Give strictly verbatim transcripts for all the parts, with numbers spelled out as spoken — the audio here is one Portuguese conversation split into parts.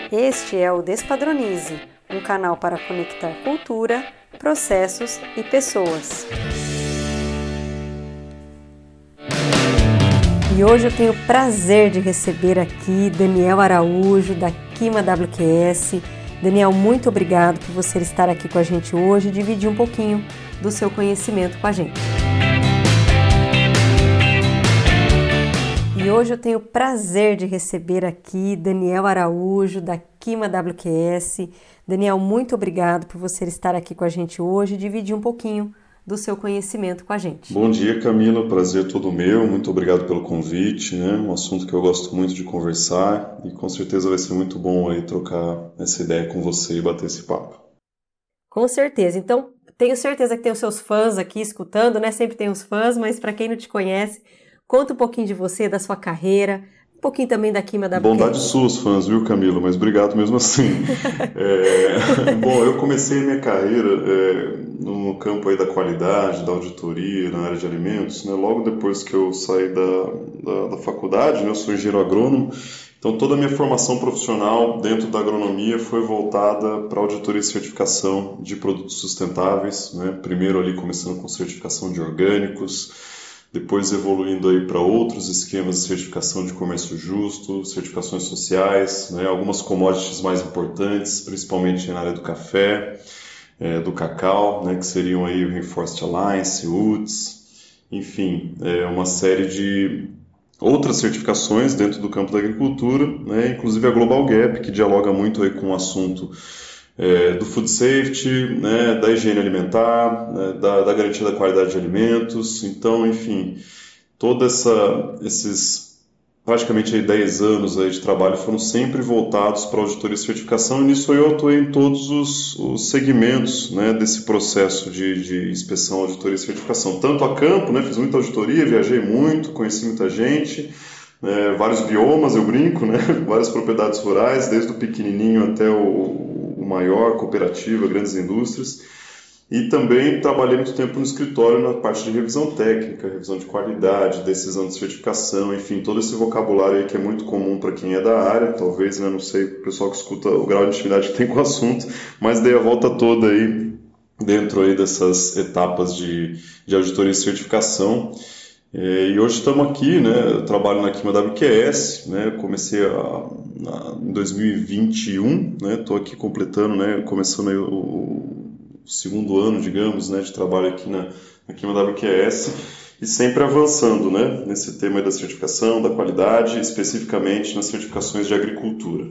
Este é o Despadronize, um canal para conectar cultura, processos e pessoas. E hoje eu tenho o prazer de receber aqui Daniel Araújo, da Quima W Q S. Daniel, muito obrigado por você estar aqui com a gente hoje e dividir um pouquinho do seu conhecimento com a gente. E hoje eu tenho o prazer de receber aqui Daniel Araújo, da Quima W Q S. Daniel, muito obrigado por você estar aqui com a gente hoje e dividir um pouquinho do seu conhecimento com a gente. Bom dia, Camila, prazer todo meu, muito obrigado pelo convite, né? Um assunto que eu gosto muito de conversar e com certeza vai ser muito bom aí trocar essa ideia com você e bater esse papo. Com certeza, então tenho certeza que tem os seus fãs aqui escutando, né? Sempre tem os fãs, mas para quem não te conhece, conta um pouquinho de você, da sua carreira, um pouquinho também da Quima W Q S. Bondade suas fãs, viu, Camila? Mas obrigado mesmo assim. é, bom, eu comecei minha carreira é, no campo aí da qualidade, da auditoria, na área de alimentos, né? Logo depois que eu saí da, da, da faculdade, né? Eu sou engenheiro agrônomo, então toda a minha formação profissional dentro da agronomia foi voltada para auditoria e certificação de produtos sustentáveis, né? Primeiro ali começando com certificação de orgânicos, depois evoluindo aí para outros esquemas de certificação de comércio justo, certificações sociais, né, algumas commodities mais importantes, principalmente na área do café, é, do cacau, né, que seriam aí o Reinforced Alliance, U T S, enfim, é, uma série de outras certificações dentro do campo da agricultura, né, inclusive a Global Gap, que dialoga muito aí com o assunto É, do food safety, né, da higiene alimentar, né, da, da garantia da qualidade de alimentos. Então, enfim, todos esses praticamente aí dez anos aí de trabalho foram sempre voltados para auditoria e certificação, e nisso eu atuei em todos os, os segmentos, né, desse processo de, de inspeção, auditoria e certificação. Tanto a campo, né, fiz muita auditoria, viajei muito, conheci muita gente, é, vários biomas, eu brinco, né, várias propriedades rurais, desde o pequenininho até o maior, cooperativa, grandes indústrias, e também trabalhei muito tempo no escritório na parte de revisão técnica, revisão de qualidade, decisão de certificação, enfim, todo esse vocabulário aí que é muito comum para quem é da área, talvez, né, não sei, o pessoal que escuta o grau de intimidade que tem com o assunto, mas dei a volta toda aí dentro aí dessas etapas de, de auditoria e certificação. E hoje estamos aqui, né, eu trabalho na Quima W Q S, né, comecei a, a, em dois mil e vinte e um, estou né, aqui completando, né, começando aí o, o segundo ano, digamos, né, de trabalho aqui na, na Quima W Q S e sempre avançando, né, nesse tema da certificação, da qualidade, especificamente nas certificações de agricultura.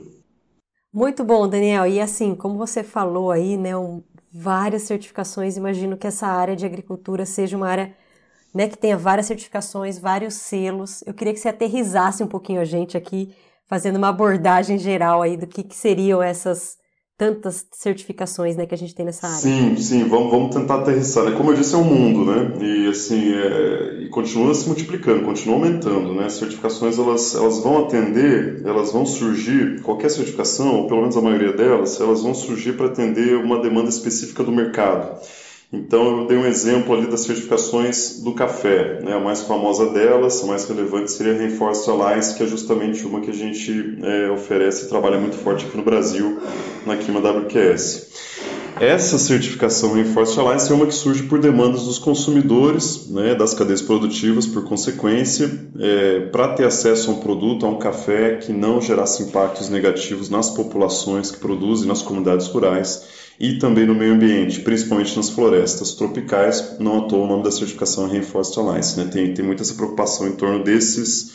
Muito bom, Daniel, e assim, como você falou aí, né, um, várias certificações, imagino que essa área de agricultura seja uma área, né, que tenha várias certificações, vários selos. Eu queria que você aterrizasse um pouquinho a gente aqui, fazendo uma abordagem geral aí do que, que seriam essas tantas certificações, né, que a gente tem nessa área. Sim, sim, vamos, vamos tentar aterrissar, né? Como eu disse, é um mundo, né? E assim, é, e continua se multiplicando, continua aumentando, né? As certificações, elas, elas vão atender, elas vão surgir, qualquer certificação, ou pelo menos a maioria delas, elas vão surgir para atender uma demanda específica do mercado. Então, eu dei um exemplo ali das certificações do café, né? A mais famosa delas, a mais relevante seria a Reinforced Alliance, que é justamente uma que a gente é, oferece e trabalha muito forte aqui no Brasil, na Quima W Q S. Essa certificação Reinforced Alliance é uma que surge por demandas dos consumidores, né, das cadeias produtivas, por consequência, é, para ter acesso a um produto, a um café que não gerasse impactos negativos nas populações que produzem, nas comunidades rurais, e também no meio ambiente, principalmente nas florestas tropicais. Não à toa o nome da certificação é Reinforced Alliance, né? Tem, tem muita essa preocupação em torno desses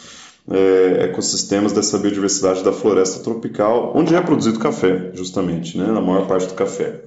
é, ecossistemas, dessa biodiversidade da floresta tropical, onde é produzido café, justamente, né? Na maior parte do café.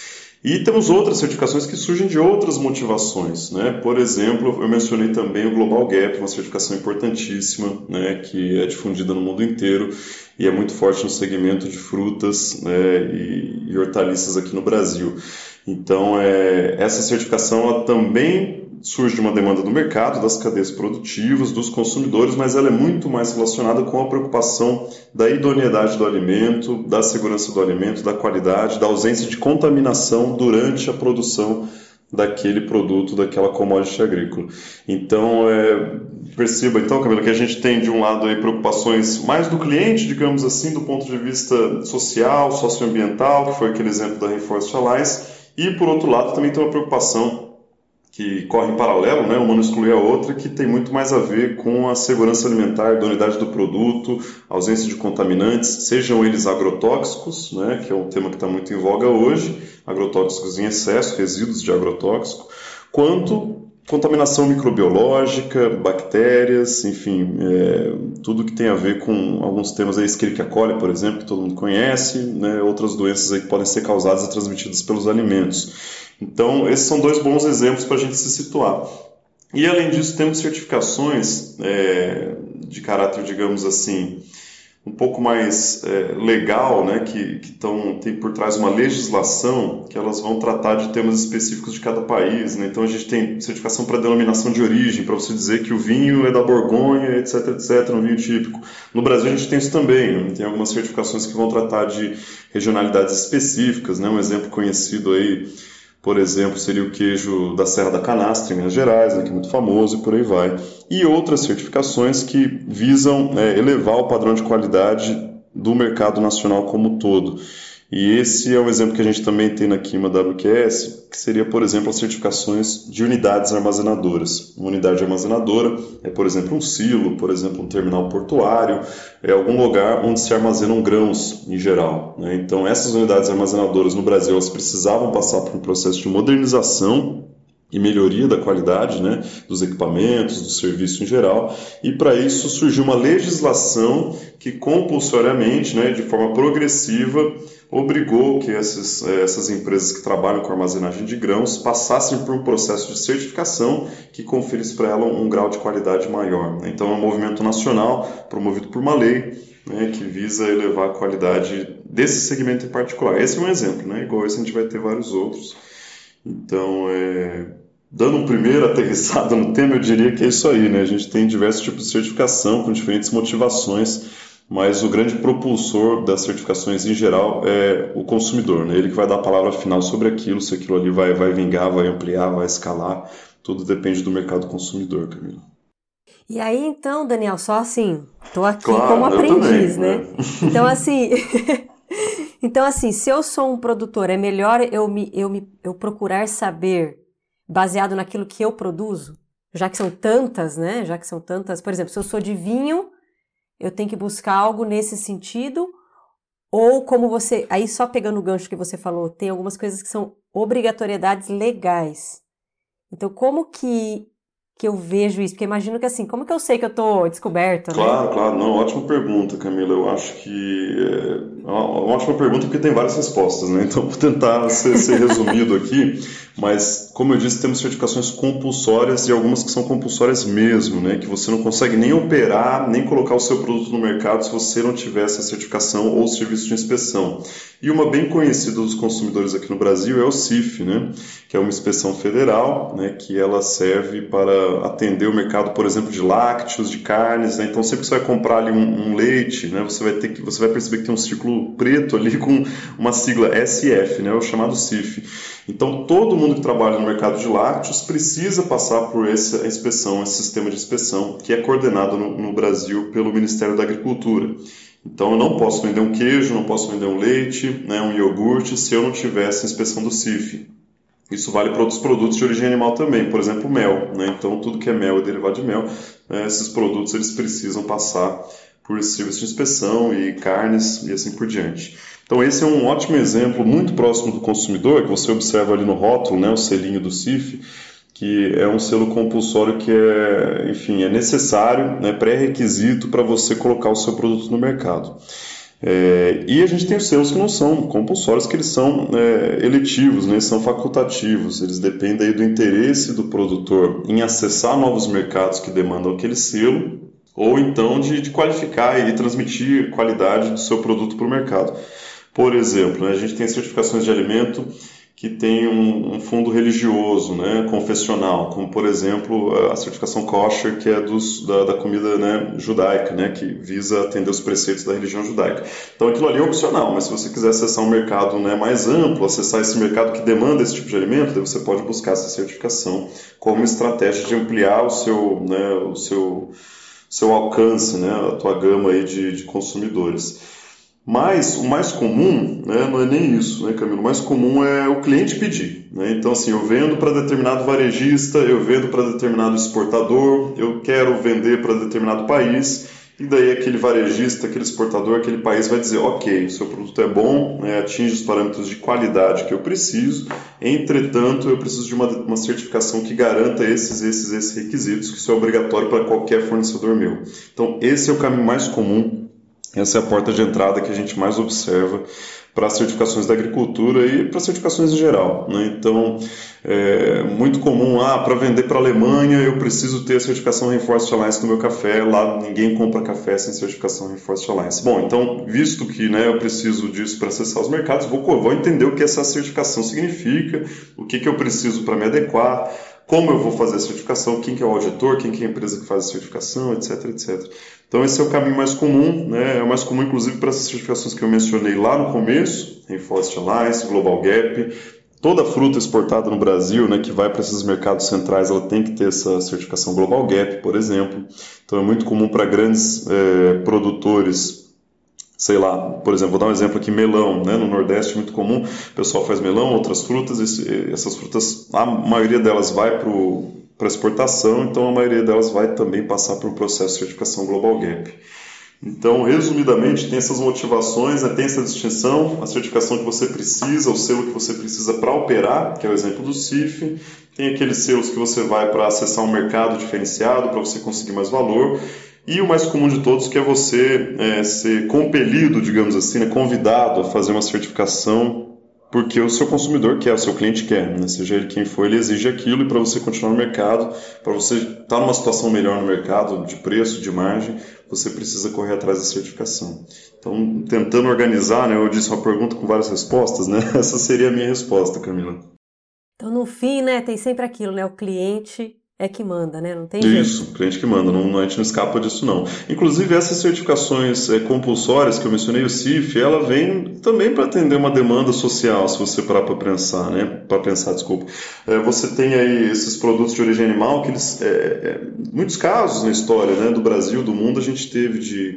E temos outras certificações que surgem de outras motivações, né? Por exemplo, eu mencionei também o Global Gap, uma certificação importantíssima, né? Que é difundida no mundo inteiro e é muito forte no segmento de frutas, né? e, e hortaliças aqui no Brasil. Então, é, essa certificação ela também surge de uma demanda do mercado, das cadeias produtivas, dos consumidores, mas ela é muito mais relacionada com a preocupação da idoneidade do alimento, da segurança do alimento, da qualidade, da ausência de contaminação durante a produção daquele produto, daquela commodity agrícola. Então, é, perceba então, Camila, que a gente tem de um lado aí preocupações mais do cliente, digamos assim, do ponto de vista social, socioambiental, que foi aquele exemplo da Rainforest Alliance, e por outro lado também tem uma preocupação que corre em paralelo, né, uma não exclui a outra, que tem muito mais a ver com a segurança alimentar, a idoneidade do produto, ausência de contaminantes, sejam eles agrotóxicos, né, que é um tema que está muito em voga hoje, agrotóxicos em excesso, resíduos de agrotóxico, quanto contaminação microbiológica, bactérias, enfim, é, tudo que tem a ver com alguns temas aí, Escherichia coli, por exemplo, que todo mundo conhece, né, outras doenças aí que podem ser causadas e transmitidas pelos alimentos. Então, esses são dois bons exemplos para a gente se situar. E, além disso, temos certificações é, de caráter, digamos assim, um pouco mais é, legal, né, que, que tão, tem por trás uma legislação que elas vão tratar de temas específicos de cada país, né? Então, a gente tem certificação para denominação de origem, para você dizer que o vinho é da Borgonha, etc, etc, um vinho típico. No Brasil, a gente tem isso também, né? Tem algumas certificações que vão tratar de regionalidades específicas, né? Um exemplo conhecido aí, por exemplo, seria o queijo da Serra da Canastra, em Minas Gerais, né, que é muito famoso, e por aí vai. E outras certificações que visam é, elevar o padrão de qualidade do mercado nacional como um todo. E esse é um exemplo que a gente também tem na Quima W Q S, que seria, por exemplo, as certificações de unidades armazenadoras. Uma unidade armazenadora é, por exemplo, um silo, por exemplo, um terminal portuário, é algum lugar onde se armazenam grãos, em geral, né? Então, essas unidades armazenadoras no Brasil, elas precisavam passar por um processo de modernização e melhoria da qualidade, né, dos equipamentos, do serviço em geral, e para isso surgiu uma legislação que compulsoriamente, né, de forma progressiva, obrigou que essas, essas empresas que trabalham com armazenagem de grãos passassem por um processo de certificação que conferisse para ela um, um grau de qualidade maior, né? Então é um movimento nacional promovido por uma lei, né, que visa elevar a qualidade desse segmento em particular. Esse é um exemplo, né? Igual esse a gente vai ter vários outros. Então, é... dando um primeiro aterrissado no tema, eu diria que é isso aí, né? A gente tem diversos tipos de certificação com diferentes motivações, mas o grande propulsor das certificações em geral é o consumidor, né? Ele que vai dar a palavra final sobre aquilo, se aquilo ali vai, vai vingar, vai ampliar, vai escalar, tudo depende do mercado consumidor, Camila. E aí, então, Daniel, só assim, estou aqui Claro, como aprendiz, também, né? né? Então, assim... Então, assim, se eu sou um produtor, é melhor eu, me, eu, me, eu procurar saber, baseado naquilo que eu produzo, já que são tantas, né? Já que são tantas, por exemplo, se eu sou de vinho, eu tenho que buscar algo nesse sentido, ou como você, aí só pegando o gancho que você falou, tem algumas coisas que são obrigatoriedades legais. Então, como que, que eu vejo isso? Porque imagino que assim, como que eu sei que eu estou descoberta, né? Claro, claro, não, ótima pergunta, Camila. Eu acho que é uma ótima pergunta porque tem várias respostas, né? Então, vou tentar ser, ser resumido aqui, mas, como eu disse, temos certificações compulsórias e algumas que são compulsórias mesmo, né? Que você não consegue nem operar, nem colocar o seu produto no mercado se você não tiver essa certificação ou serviço de inspeção. E uma bem conhecida dos consumidores aqui no Brasil é o C I F, né? Que é uma inspeção federal, né? Que ela serve para atender o mercado, por exemplo, de lácteos, de carnes, né? Então, sempre que você vai comprar ali um, um leite, né? Você vai ter que, você vai perceber que tem um círculo preto ali com uma sigla S F, né? O chamado C I F. Então, todo mundo que trabalha no mercado de lácteos precisa passar por essa inspeção, esse sistema de inspeção, que é coordenado no, no Brasil pelo Ministério da Agricultura. Então, eu não posso vender um queijo, não posso vender um leite, né, um iogurte, se eu não tiver essa inspeção do C I F. Isso vale para outros produtos de origem animal também, por exemplo, mel, né? Então, tudo que é mel é derivado de mel. Né? Esses produtos eles precisam passar por esse serviço de inspeção e carnes e assim por diante. Então, esse é um ótimo exemplo, muito próximo do consumidor, que você observa ali no rótulo, né, o selinho do C I F, que é um selo compulsório que é, enfim, é necessário, né, pré-requisito para você colocar o seu produto no mercado. É, e a gente tem os selos que não são compulsórios, que eles são é, eletivos, né, são facultativos, eles dependem aí do interesse do produtor em acessar novos mercados que demandam aquele selo, ou então de, de qualificar e transmitir qualidade do seu produto para o mercado. Por exemplo, né, a gente tem certificações de alimento que tem um, um fundo religioso, né, confessional, como por exemplo a certificação kosher, que é dos, da, da comida, né, judaica, né, que visa atender os preceitos da religião judaica. Então aquilo ali é opcional, mas se você quiser acessar um mercado, né, mais amplo, acessar esse mercado que demanda esse tipo de alimento, daí você pode buscar essa certificação como estratégia de ampliar o seu, né, o seu, seu alcance, né, a tua gama aí de, de consumidores. Mas o mais comum, né, não é nem isso, né, Camilo? O mais comum é o cliente pedir, né? Então, assim, eu vendo para determinado varejista, eu vendo para determinado exportador, eu quero vender para determinado país, e daí aquele varejista, aquele exportador, aquele país vai dizer, ok, o seu produto é bom, né, atinge os parâmetros de qualidade que eu preciso, entretanto, eu preciso de uma, uma certificação que garanta esses, esses, esses requisitos, que isso é obrigatório para qualquer fornecedor meu. Então, esse é o caminho mais comum. Essa é a porta de entrada que a gente mais observa para as certificações da agricultura e para as certificações em geral, né? Então, é muito comum, ah, para vender para a Alemanha eu preciso ter a certificação Reinforced Alliance no meu café, lá ninguém compra café sem certificação Reinforced Alliance. Bom, então, visto que, né, eu preciso disso para acessar os mercados, vou, vou entender o que essa certificação significa, o que, que eu preciso para me adequar, como eu vou fazer a certificação, quem que é o auditor, quem que é a empresa que faz a certificação, etc, etcétera. Então esse é o caminho mais comum, né? É o mais comum inclusive para essas certificações que eu mencionei lá no começo, Reinforced Alliance, Global Gap. Toda fruta exportada no Brasil, né, que vai para esses mercados centrais, ela tem que ter essa certificação Global Gap, por exemplo. Então é muito comum para grandes é, produtores, sei lá, por exemplo, vou dar um exemplo aqui, melão, né? No Nordeste é muito comum, o pessoal faz melão, outras frutas, esse, essas frutas, a maioria delas vai para para exportação, então a maioria delas vai também passar por um processo de certificação Global Gap. Então, resumidamente, tem essas motivações, né? Tem essa distinção, a certificação que você precisa, o selo que você precisa para operar, que é o exemplo do C I F, tem aqueles selos que você vai para acessar um mercado diferenciado, para você conseguir mais valor, e o mais comum de todos, que é você é, ser compelido, digamos assim, né? Convidado a fazer uma certificação porque o seu consumidor quer, o seu cliente quer, né? Seja ele quem for, ele exige aquilo, e para você continuar no mercado, para você estar numa situação melhor no mercado, de preço, de margem, você precisa correr atrás da certificação. Então, tentando organizar, né, eu disse uma pergunta com várias respostas, né? Essa seria a minha resposta, Camila. Então, no fim, né, tem sempre aquilo, né? O cliente é que manda, né? Não tem jeito. Isso, o cliente que manda, não, a gente não escapa disso não. Inclusive essas certificações é, compulsórias que eu mencionei, o C I F, ela vem também para atender uma demanda social, se você parar para pensar, né? Para pensar, desculpa. É, você tem aí esses produtos de origem animal que eles, é, é, muitos casos na história, né, do Brasil, do mundo, a gente teve de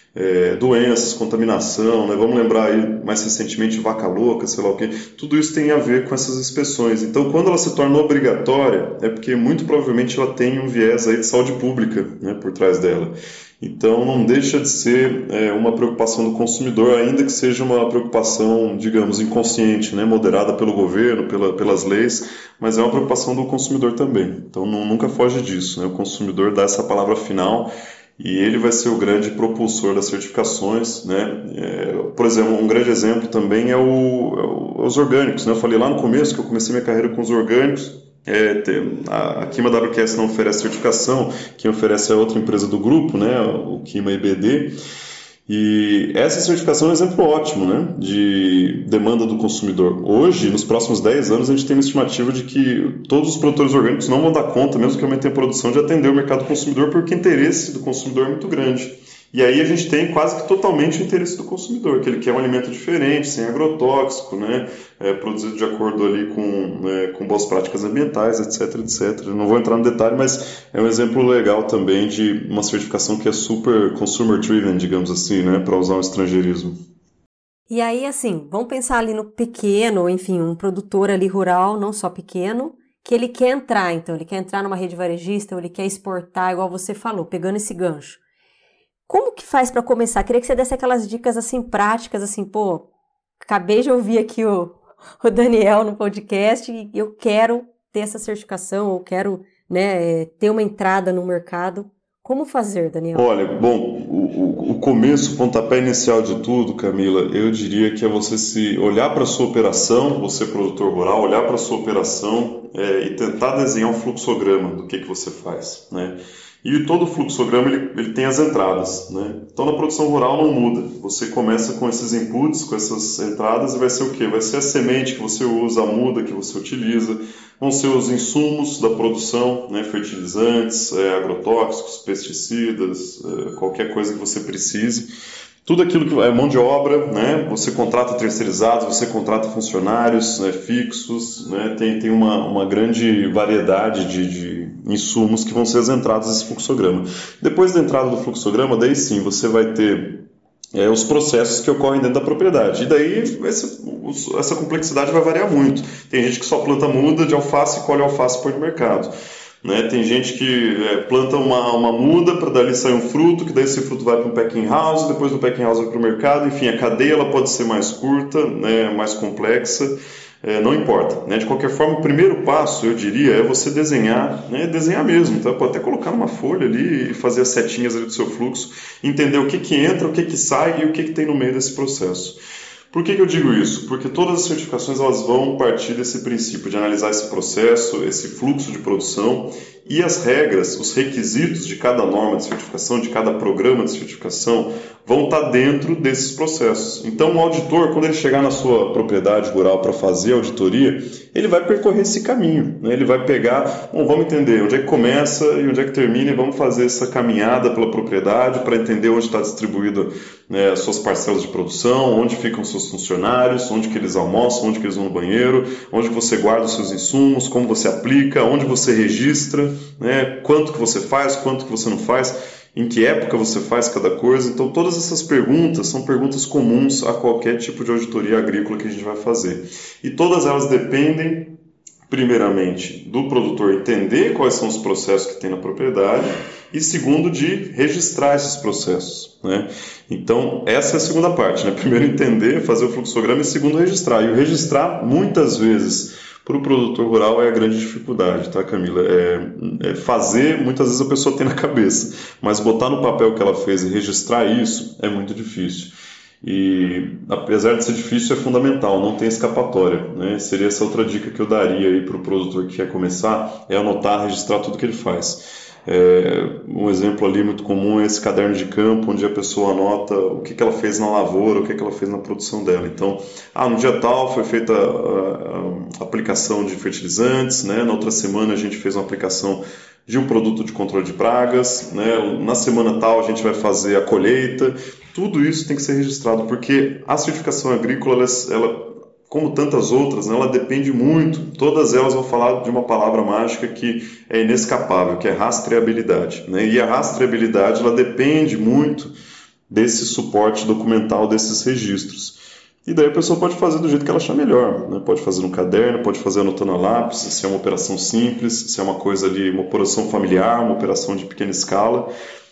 É, doenças, contaminação, né? Vamos lembrar aí mais recentemente vaca louca, sei lá o que, tudo isso tem a ver com essas inspeções. Então, quando ela se torna obrigatória, é porque muito provavelmente ela tem um viés aí de saúde pública, né, por trás dela. Então, não deixa de ser é, uma preocupação do consumidor, ainda que seja uma preocupação, digamos, inconsciente, né, moderada pelo governo, pela, pelas leis, mas é uma preocupação do consumidor também. Então, não, nunca foge disso, né? O consumidor dá essa palavra final e ele vai ser o grande propulsor das certificações, né? É, por exemplo, um grande exemplo também é, o, é o, os orgânicos, né? Eu falei lá no começo que eu comecei minha carreira com os orgânicos. É, tem, a, a Kima W Q S não oferece certificação, quem oferece é outra empresa do grupo, né? O Kima I B D. E essa certificação é um exemplo ótimo, né, de demanda do consumidor. Hoje, nos próximos dez anos, a gente tem uma estimativa de que todos os produtores orgânicos não vão dar conta, mesmo que aumentem a produção, de atender o mercado consumidor, porque o interesse do consumidor é muito grande. E aí a gente tem quase que totalmente o interesse do consumidor, que ele quer um alimento diferente, sem agrotóxico, né, é, produzido de acordo ali com, né, com boas práticas ambientais, etc, etcétera. Não vou entrar no detalhe, mas é um exemplo legal também de uma certificação que é super consumer-driven, digamos assim, né, para usar o estrangeirismo. E aí, assim, vamos pensar ali no pequeno, enfim, um produtor ali rural, não só pequeno, que ele quer entrar, então, ele quer entrar numa rede varejista, ou ele quer exportar, igual você falou, pegando esse gancho. Como que faz para começar? Queria que você desse aquelas dicas assim práticas, assim, pô, acabei de ouvir aqui o, o Daniel no podcast e eu quero ter essa certificação, ou quero, né, ter uma entrada no mercado. Como fazer, Daniel? Olha, bom, o, o começo, o pontapé inicial de tudo, Camila, eu diria que é você se olhar para a sua operação, você produtor rural, olhar para a sua operação é, e tentar desenhar um fluxograma do que, que você faz, né? E todo fluxograma ele, ele tem as entradas, né? Então na produção rural não muda. Você começa com esses inputs, com essas entradas e vai ser o quê? Vai ser a semente que você usa, a muda que você utiliza, vão ser os insumos da produção, né? Fertilizantes, é, agrotóxicos, pesticidas, é, qualquer coisa que você precise. Tudo aquilo que é mão de obra, né? Você contrata terceirizados, você contrata funcionários, né, fixos, né? Tem, tem uma, uma grande variedade de, de insumos que vão ser as entradas desse fluxograma. Depois da entrada do fluxograma, daí sim, você vai ter é, os processos que ocorrem dentro da propriedade. E daí essa, essa complexidade vai variar muito. Tem gente que só planta muda de alface, colhe alface e põe no mercado. Né? Tem gente que é, planta uma, uma muda para dali sair um fruto, que daí esse fruto vai para um packing house, depois do packing house vai para o mercado. Enfim, a cadeia ela pode ser mais curta, né, mais complexa, é, não importa. Né? De qualquer forma, o primeiro passo, eu diria, é você desenhar, né, desenhar mesmo. Então, pode até colocar numa folha ali e fazer as setinhas ali do seu fluxo, entender o que, que entra, o que, que sai e o que, que tem no meio desse processo. Por que, que eu digo isso? Porque todas as certificações elas vão partir desse princípio de analisar esse processo, esse fluxo de produção e as regras, os requisitos de cada norma de certificação, de cada programa de certificação, vão estar dentro desses processos. Então, o auditor, quando ele chegar na sua propriedade rural para fazer a auditoria, ele vai percorrer esse caminho. Né? Ele vai pegar, bom, vamos entender onde é que começa e onde é que termina e vamos fazer essa caminhada pela propriedade para entender onde está distribuída, né, as suas parcelas de produção, onde ficam seus funcionários, onde que eles almoçam, onde que eles vão no banheiro, onde que você guarda os seus insumos, como você aplica, onde você registra, né, quanto que você faz, quanto que você não faz, em que época você faz cada coisa. Então, todas essas perguntas são perguntas comuns a qualquer tipo de auditoria agrícola que a gente vai fazer. E todas elas dependem, primeiramente, do produtor entender quais são os processos que tem na propriedade e, segundo, de registrar esses processos. Né? Então, essa é a segunda parte. Né? Primeiro, entender, fazer o fluxograma e, segundo, registrar. E o registrar, muitas vezes, para o produtor rural é a grande dificuldade, tá, Camila? É, é fazer, muitas vezes a pessoa tem na cabeça, mas botar no papel o que ela fez e registrar isso é muito difícil. E apesar de ser difícil, é fundamental, não tem escapatória. Né? Seria essa outra dica que eu daria para o produtor que quer começar, é anotar, registrar tudo que ele faz. É, um exemplo ali muito comum é esse caderno de campo, onde a pessoa anota o que, que ela fez na lavoura, o que, que ela fez na produção dela. Então, ah, no dia tal foi feita a, a, a aplicação de fertilizantes, né? Na outra semana a gente fez uma aplicação de um produto de controle de pragas, né? Na semana tal a gente vai fazer a colheita. Tudo isso tem que ser registrado, porque a certificação agrícola, ela, ela como tantas outras, né, ela depende muito, todas elas vão falar de uma palavra mágica que é inescapável, que é rastreabilidade. Né? E a rastreabilidade ela depende muito desse suporte documental, desses registros. E daí a pessoa pode fazer do jeito que ela achar melhor. Né? Pode fazer no caderno, pode fazer anotando a lápis, se é uma operação simples, se é uma coisa ali, uma operação familiar, uma operação de pequena escala.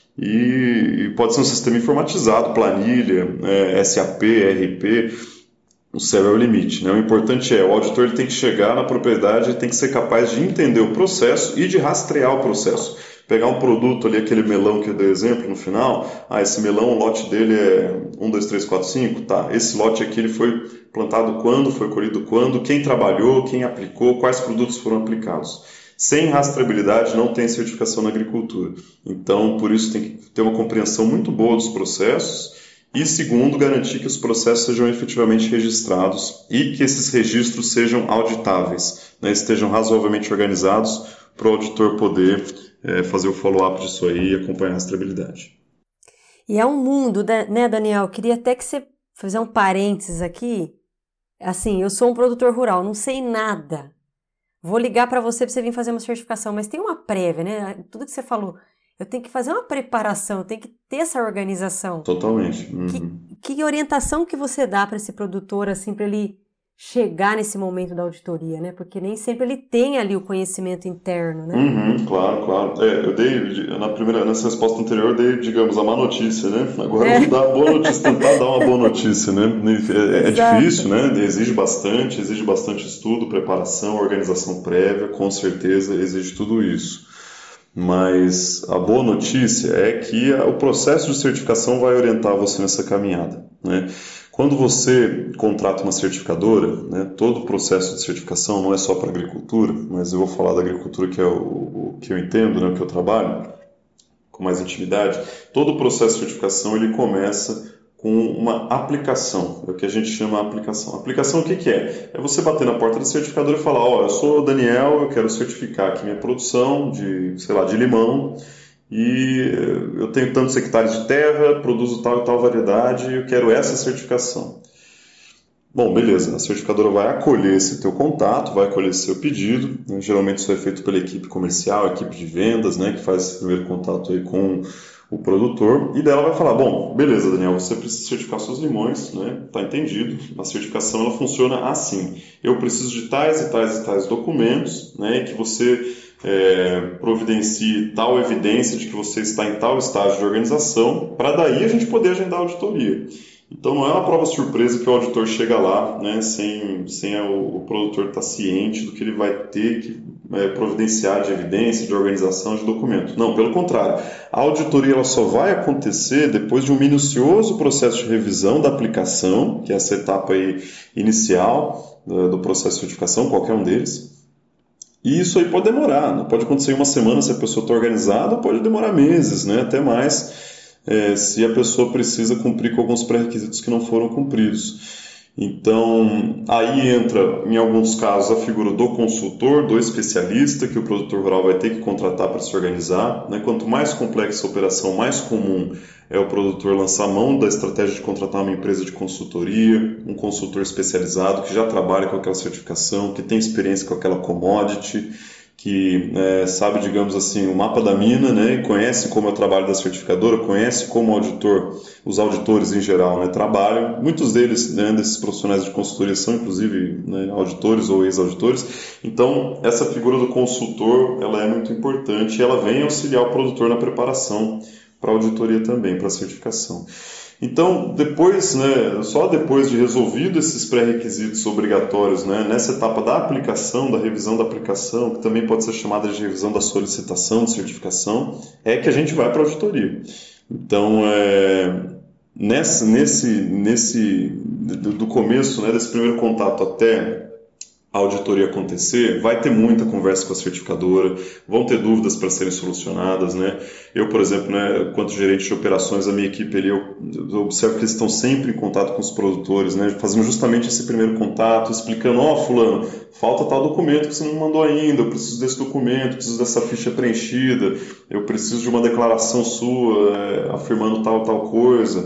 E, e pode ser um sistema informatizado, planilha, é, S A P, R P... O céu é o limite. Né? O importante é, o auditor ele tem que chegar na propriedade e tem que ser capaz de entender o processo e de rastrear o processo. Pegar um produto ali, aquele melão que eu dei exemplo no final, ah, esse melão, o lote dele é um, dois, três, quatro, cinco, tá, esse lote aqui ele foi plantado quando, foi colhido quando, quem trabalhou, quem aplicou, quais produtos foram aplicados. Sem rastreabilidade não tem certificação na agricultura. Então, por isso tem que ter uma compreensão muito boa dos processos. E, segundo, garantir que os processos sejam efetivamente registrados e que esses registros sejam auditáveis, né, estejam razoavelmente organizados para o auditor poder é, fazer o follow-up disso aí e acompanhar a rastreabilidade. E é um mundo, né, Daniel? Eu queria até que você fazer um parênteses aqui. Assim, eu sou um produtor rural, não sei nada. Vou ligar para você para você vir fazer uma certificação, mas tem uma prévia, né? Tudo que você falou. Eu tenho que fazer uma preparação, eu tenho que ter essa organização. Totalmente. Uhum. Que, que orientação que você dá para esse produtor, assim, para ele chegar nesse momento da auditoria, né? Porque nem sempre ele tem ali o conhecimento interno, né? Uhum, claro, claro. É, eu dei, na primeira, nessa resposta anterior, eu dei, digamos, a má notícia, né? Agora é. eu vou dar a boa notícia, tentar dar uma boa notícia, né? É, é difícil, né? Exige bastante, exige bastante estudo, preparação, organização prévia, com certeza exige tudo isso. Mas a boa notícia é que o processo de certificação vai orientar você nessa caminhada. Né? Quando você contrata uma certificadora, né, todo o processo de certificação não é só para agricultura, mas eu vou falar da agricultura que é o, o que eu entendo, né, o que eu trabalho. com mais intimidade, todo o processo de certificação ele começa com uma aplicação, é o que a gente chama de aplicação. Aplicação o que, que é? É você bater na porta do certificador e falar, ó, oh, eu sou o Daniel, eu quero certificar aqui minha produção de, sei lá, de limão, e eu tenho tantos hectares de terra, produzo tal e tal variedade, e eu quero essa certificação. Bom, beleza, a certificadora vai acolher esse teu contato, vai acolher esse seu pedido, né? Geralmente isso é feito pela equipe comercial, equipe de vendas, né, que faz esse primeiro contato aí com o produtor, e dela vai falar, bom, beleza, Daniel, você precisa certificar seus limões, né, tá entendido, a certificação ela funciona assim, eu preciso de tais e tais e tais documentos, né, que você é, providencie tal evidência de que você está em tal estágio de organização, para daí a gente poder agendar a auditoria. Então não é uma prova surpresa que o auditor chega lá, né, sem, sem o, o produtor estar ciente do que ele vai ter que é, providenciar de evidência, de organização, de documento. Não, pelo contrário, a auditoria ela só vai acontecer depois de um minucioso processo de revisão da aplicação, que é essa etapa aí inicial do, do processo de certificação, qualquer um deles. E isso aí pode demorar, né? Pode acontecer em uma semana se a pessoa está organizada, pode demorar meses, né, até mais. É, se a pessoa precisa cumprir com alguns pré-requisitos que não foram cumpridos. Então, aí entra, em alguns casos, a figura do consultor, do especialista, que o produtor rural vai ter que contratar para se organizar, né? Quanto mais complexa a operação, mais comum é o produtor lançar mão da estratégia de contratar uma empresa de consultoria, um consultor especializado que já trabalha com aquela certificação, que tem experiência com aquela commodity, que é, sabe, digamos assim, o mapa da mina, né, e conhece como é o trabalho da certificadora, conhece como o auditor, os auditores em geral, né, trabalham. Muitos deles, né, desses profissionais de consultoria são, inclusive, né, auditores ou ex-auditores. Então, essa figura do consultor, ela é muito importante e ela vem auxiliar o produtor na preparação para a auditoria também, para a certificação. Então, depois, né, só depois de resolvido esses pré-requisitos obrigatórios, né, nessa etapa da aplicação, da revisão da aplicação, que também pode ser chamada de revisão da solicitação de certificação, é que a gente vai para a auditoria. Então, é, nesse, nesse, nesse do, do começo, né, desse primeiro contato até a auditoria acontecer, vai ter muita conversa com a certificadora, vão ter dúvidas para serem solucionadas, né? Eu, por exemplo, né, quanto gerente de operações, a minha equipe ali, eu, eu observo que eles estão sempre em contato com os produtores, né, fazendo justamente esse primeiro contato, explicando, ó, oh, fulano, falta tal documento que você não mandou ainda, eu preciso desse documento, preciso dessa ficha preenchida, eu preciso de uma declaração sua é, afirmando tal, tal coisa.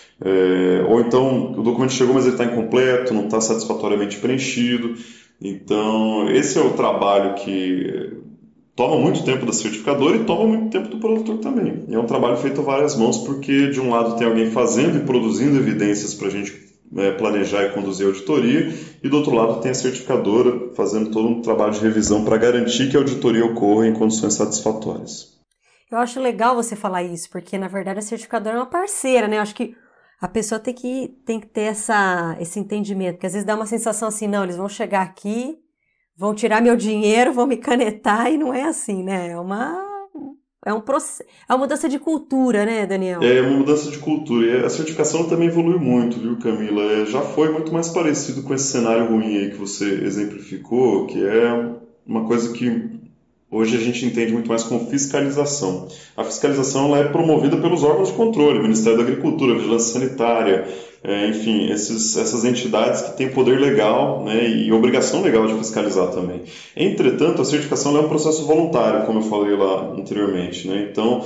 É, ou então, o documento chegou, mas ele está incompleto, não está satisfatoriamente preenchido. Então, esse é o trabalho que toma muito tempo da certificadora e toma muito tempo do produtor também. E é um trabalho feito a várias mãos, porque de um lado tem alguém fazendo e produzindo evidências para a gente é, planejar e conduzir a auditoria, e do outro lado tem a certificadora fazendo todo um trabalho de revisão para garantir que a auditoria ocorra em condições satisfatórias. Eu acho legal você falar isso, porque na verdade a certificadora é uma parceira, né? Eu acho que a pessoa tem que, tem que ter essa, esse entendimento, porque às vezes dá uma sensação assim, não, eles vão chegar aqui, vão tirar meu dinheiro, vão me canetar, e não é assim, né? É uma, é um processo, é uma mudança de cultura, né, Daniel? É uma mudança de cultura, e a certificação também evolui muito, viu, Camila? É, já foi muito mais parecido com esse cenário ruim aí que você exemplificou, que é uma coisa que hoje a gente entende muito mais como fiscalização. A fiscalização ela é promovida pelos órgãos de controle, Ministério da Agricultura, Vigilância Sanitária, é, enfim, esses, essas entidades que têm poder legal, né, e obrigação legal de fiscalizar também. Entretanto, a certificação ela é um processo voluntário, como eu falei lá anteriormente, né? Então,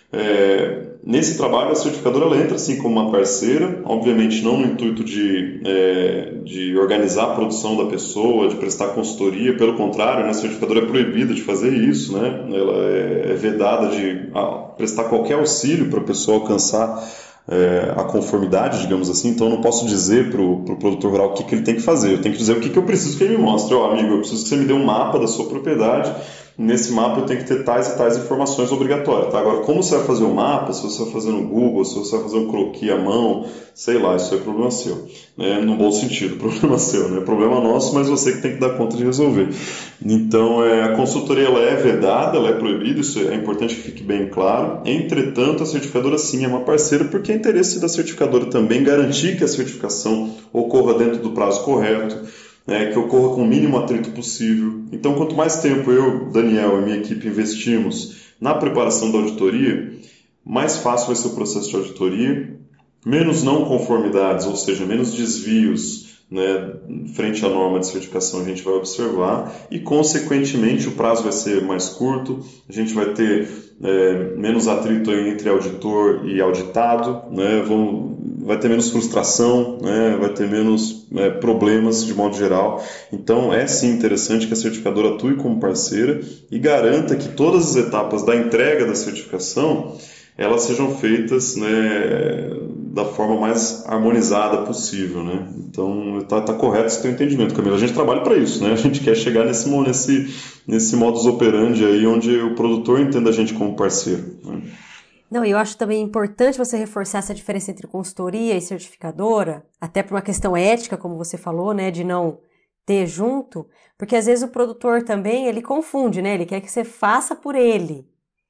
é, nesse trabalho, a certificadora ela entra assim como uma parceira, obviamente não no intuito de, é, de organizar a produção da pessoa, de prestar consultoria, pelo contrário, né, a certificadora é proibida de fazer isso, né, ela é, é vedada de ah, prestar qualquer auxílio para a pessoa alcançar é, a conformidade, digamos assim. Então eu não posso dizer para o pro produtor rural o que, que ele tem que fazer, eu tenho que dizer o que, que eu preciso que ele me mostre. Ó, oh, amigo, eu preciso que você me dê um mapa da sua propriedade. Nesse mapa eu tenho que ter tais e tais informações obrigatórias, tá? Agora, como você vai fazer o mapa, se você vai fazer no Google, se você vai fazer um croquis à mão, sei lá, isso é problema seu, né? No bom sentido, problema seu, né? Problema nosso, mas você que tem que dar conta de resolver. Então, é, a consultoria ela é vedada, ela é proibida, isso é importante que fique bem claro. Entretanto, a certificadora sim é uma parceira, porque é interesse da certificadora também garantir que a certificação ocorra dentro do prazo correto, né, que ocorra com o mínimo atrito possível. Então, quanto mais tempo eu, Daniel e minha equipe investimos na preparação da auditoria, mais fácil vai ser o processo de auditoria, menos não conformidades, ou seja, menos desvios, né, frente à norma de certificação a gente vai observar e, consequentemente, o prazo vai ser mais curto, a gente vai ter é, menos atrito entre auditor e auditado, né, vão, vai ter menos frustração, né, vai ter menos é, problemas de modo geral. Então, é sim interessante que a certificadora atue como parceira e garanta que todas as etapas da entrega da certificação elas sejam feitas, né, da forma mais harmonizada possível, né? Então, está tá correto esse teu entendimento, Camila. A gente trabalha para isso, né? A gente quer chegar nesse, nesse, nesse modus operandi aí, onde o produtor entenda a gente como parceiro, né? Não, eu acho também importante você reforçar essa diferença entre consultoria e certificadora, até por uma questão ética, como você falou, né, de não ter junto, porque às vezes o produtor também, ele confunde, né? Ele quer que você faça por ele.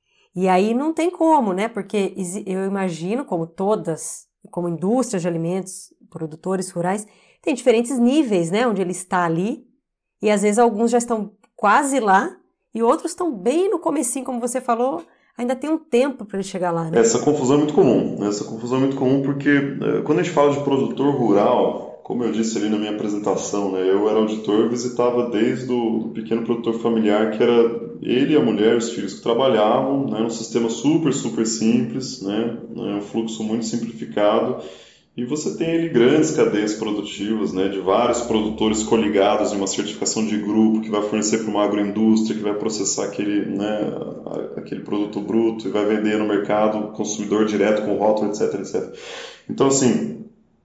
E aí não tem como, né? Porque eu imagino, como todas, como indústrias de alimentos, produtores rurais, tem diferentes níveis, né? Onde ele está ali. E às vezes alguns já estão quase lá e outros estão bem no comecinho, como você falou, ainda tem um tempo para ele chegar lá, né? Essa confusão é muito comum. Essa confusão é muito comum porque é, quando a gente fala de produtor rural, como eu disse ali na minha apresentação, né, eu era auditor, visitava desde o pequeno produtor familiar, que era ele, a mulher, os filhos que trabalhavam, né, um sistema super, super simples, né, um fluxo muito simplificado, e você tem ali grandes cadeias produtivas, né, de vários produtores coligados em uma certificação de grupo que vai fornecer para uma agroindústria, que vai processar aquele, né, aquele produto bruto e vai vender no mercado, consumidor direto com rótulo, etc, etcétera. Então, assim,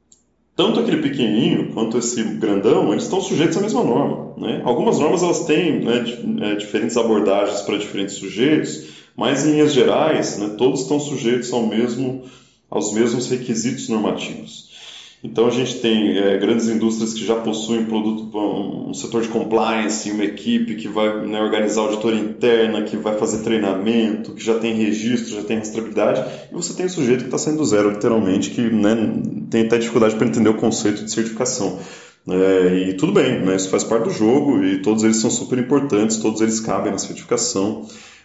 tanto aquele pequenininho quanto esse grandão, eles estão sujeitos à mesma norma, né? Algumas normas elas têm, né, diferentes abordagens para diferentes sujeitos, mas em linhas gerais, né, todos estão sujeitos ao mesmo, aos mesmos requisitos normativos. Então a gente tem é, grandes indústrias que já possuem produto, um setor de compliance, uma equipe que vai, né, organizar auditoria interna, que vai fazer treinamento, que já tem registro, já tem rastreabilidade, e você tem o sujeito que está saindo do zero, literalmente, que, né, tem até dificuldade para entender o conceito de certificação. É, e tudo bem, né, isso faz parte do jogo e todos eles são super importantes, todos eles cabem na certificação.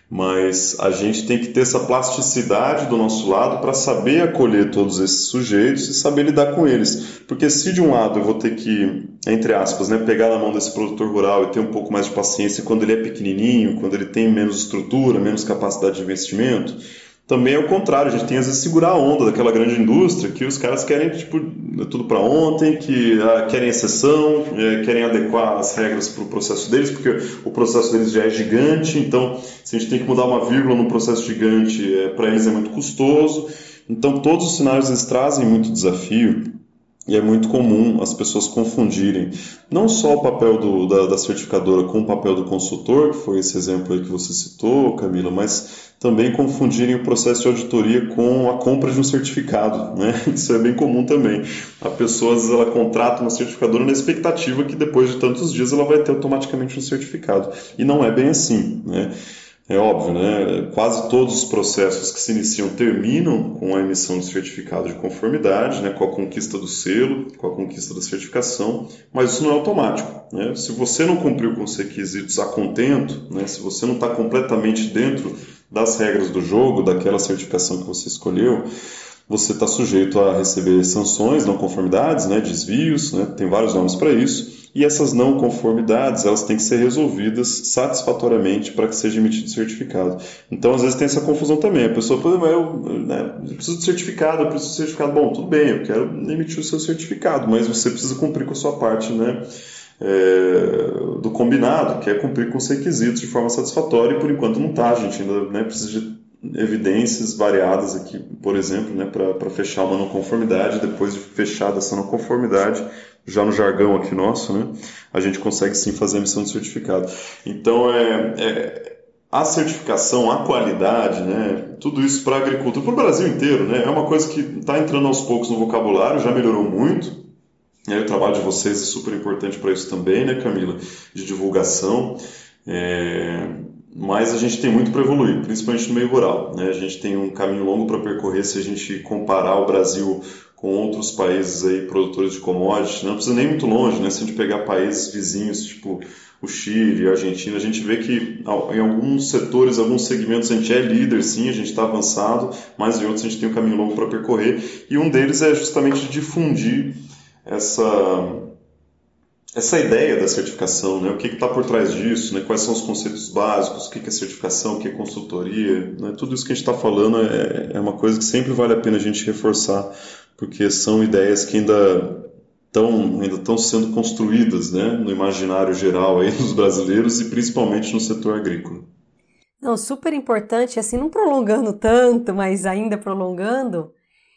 Mas a gente tem que ter essa plasticidade do nosso lado para saber acolher todos esses sujeitos e saber lidar com eles. Porque se de um lado eu vou ter que, entre aspas, né, pegar na mão desse produtor rural e ter um pouco mais de paciência quando ele é pequenininho, quando ele tem menos estrutura, menos capacidade de investimento, também é o contrário, a gente tem às vezes segurar a onda daquela grande indústria que os caras querem tipo, tudo para ontem, que ah, querem exceção, é, querem adequar as regras para o processo deles, porque o processo deles já é gigante, então se a gente tem que mudar uma vírgula num processo gigante, é, para eles é muito custoso. Então todos os cenários eles trazem muito desafio. E é muito comum as pessoas confundirem não só o papel do, da, da certificadora com o papel do consultor, que foi esse exemplo aí que você citou, Camila, mas também confundirem o processo de auditoria com a compra de um certificado, né? Isso é bem comum também. A pessoa, às vezes, ela contrata uma certificadora na expectativa que depois de tantos dias ela vai ter automaticamente um certificado. E não é bem assim, né? É óbvio, né? Quase todos os processos que se iniciam terminam com a emissão de certificado de conformidade, né? Com a conquista do selo, com a conquista da certificação, mas isso não é automático, né? Se você não cumpriu com os requisitos a contento, né? Se você não está completamente dentro das regras do jogo, daquela certificação que você escolheu, você está sujeito a receber sanções, não conformidades, né? Desvios, né? Tem vários nomes para isso. E essas não conformidades, elas têm que ser resolvidas satisfatoriamente para que seja emitido certificado. Então, às vezes tem essa confusão também. A pessoa fala, mas eu, né, eu preciso de certificado, eu preciso de certificado. Bom, tudo bem, eu quero emitir o seu certificado, mas você precisa cumprir com a sua parte, né, é, do combinado, que é cumprir com os requisitos de forma satisfatória, e por enquanto não está. A gente ainda, né, precisa de evidências variadas aqui, por exemplo, né, para fechar uma não conformidade. Depois de fechada essa não conformidade, já no jargão aqui nosso, né, a gente consegue sim fazer a emissão de certificado. Então, é, é, a certificação, a qualidade, né, tudo isso para a agricultura, para o Brasil inteiro, né, é uma coisa que está entrando aos poucos no vocabulário, já melhorou muito. É, o trabalho de vocês é super importante para isso também, né, Camila, de divulgação. É, mas a gente tem muito para evoluir, principalmente no meio rural, né? A gente tem um caminho longo para percorrer se a gente comparar o Brasil com outros países aí, produtores de commodities. Não precisa nem muito longe, né? Se a gente pegar países vizinhos, tipo o Chile, a Argentina, a gente vê que em alguns setores, alguns segmentos a gente é líder, sim, a gente está avançado, mas em outros a gente tem um caminho longo para percorrer, e um deles é justamente difundir essa, essa ideia da certificação, né? O que está por trás disso, né? Quais são os conceitos básicos, o que é certificação, o que é consultoria, né? Tudo isso que a gente está falando é, é uma coisa que sempre vale a pena a gente reforçar, porque são ideias que ainda estão ainda estão sendo construídas, né, no imaginário geral aí dos brasileiros e principalmente no setor agrícola. Não, super importante, assim, não prolongando tanto, mas ainda prolongando,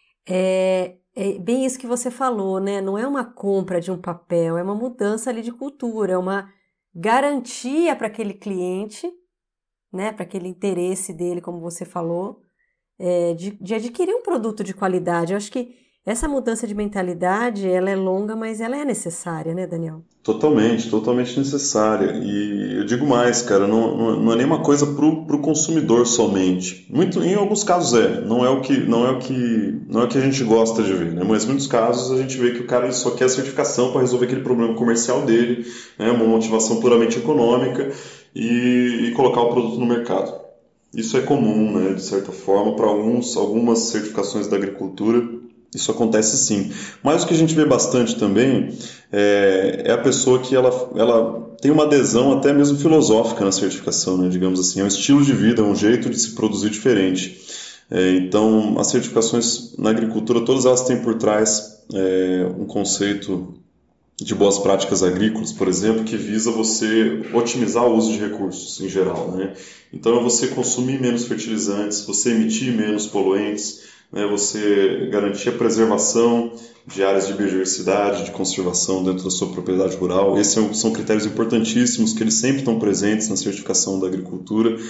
é, é bem isso que você falou, né? Não é uma compra de um papel, é uma mudança ali de cultura, é uma garantia para aquele cliente, né, para aquele interesse dele, como você falou, é, de, de adquirir um produto de qualidade. Eu acho que essa mudança de mentalidade, ela é longa, mas ela é necessária, né, Daniel? Totalmente, totalmente necessária. E eu digo mais, cara, não, não, não é nenhuma coisa para o consumidor somente. Muito, em alguns casos é, não é o que, não é o que, não é o que a gente gosta de ver, né? Mas em muitos casos a gente vê que o cara só quer a certificação para resolver aquele problema comercial dele, né? Uma motivação puramente econômica e, e colocar o produto no mercado. Isso é comum, né, de certa forma, para alguns, algumas certificações da agricultura. Isso acontece sim. Mas o que a gente vê bastante também é, é a pessoa que ela, ela tem uma adesão até mesmo filosófica na certificação, né, digamos assim. É um estilo de vida, é um jeito de se produzir diferente. É, então, as certificações na agricultura, todas elas têm por trás é, um conceito de boas práticas agrícolas, por exemplo, que visa você otimizar o uso de recursos em geral, né? Então, é você consumir menos fertilizantes, você emitir menos poluentes, né, você garantir a preservação de áreas de biodiversidade, de conservação dentro da sua propriedade rural. Esses são critérios importantíssimos que eles sempre estão presentes na certificação da agricultura.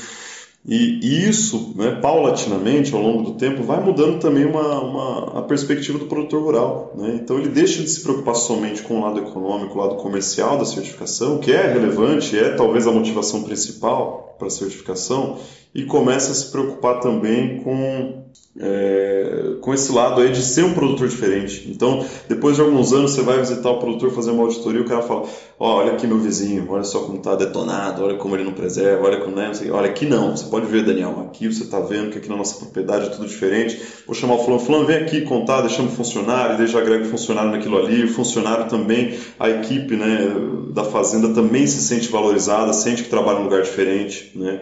E isso, né, paulatinamente, ao longo do tempo, vai mudando também uma, uma, a perspectiva do produtor rural, né? Então ele deixa de se preocupar somente com o lado econômico, o lado comercial da certificação, que é relevante, é talvez a motivação principal para a certificação, e começa a se preocupar também com, é, com esse lado aí de ser um produtor diferente. Então, depois de alguns anos, você vai visitar o produtor, fazer uma auditoria, e o cara fala, oh, olha aqui meu vizinho, olha só como está detonado, olha como ele não preserva, olha como, né, olha aqui não, você pode ver, Daniel, aqui você está vendo que aqui na nossa propriedade é tudo diferente, vou chamar o fulano, fulano, vem aqui contar, deixamos o funcionário, daí já agrega o funcionário naquilo ali, o funcionário também, a equipe, né, da fazenda também se sente valorizada, sente que trabalha em um lugar diferente, né?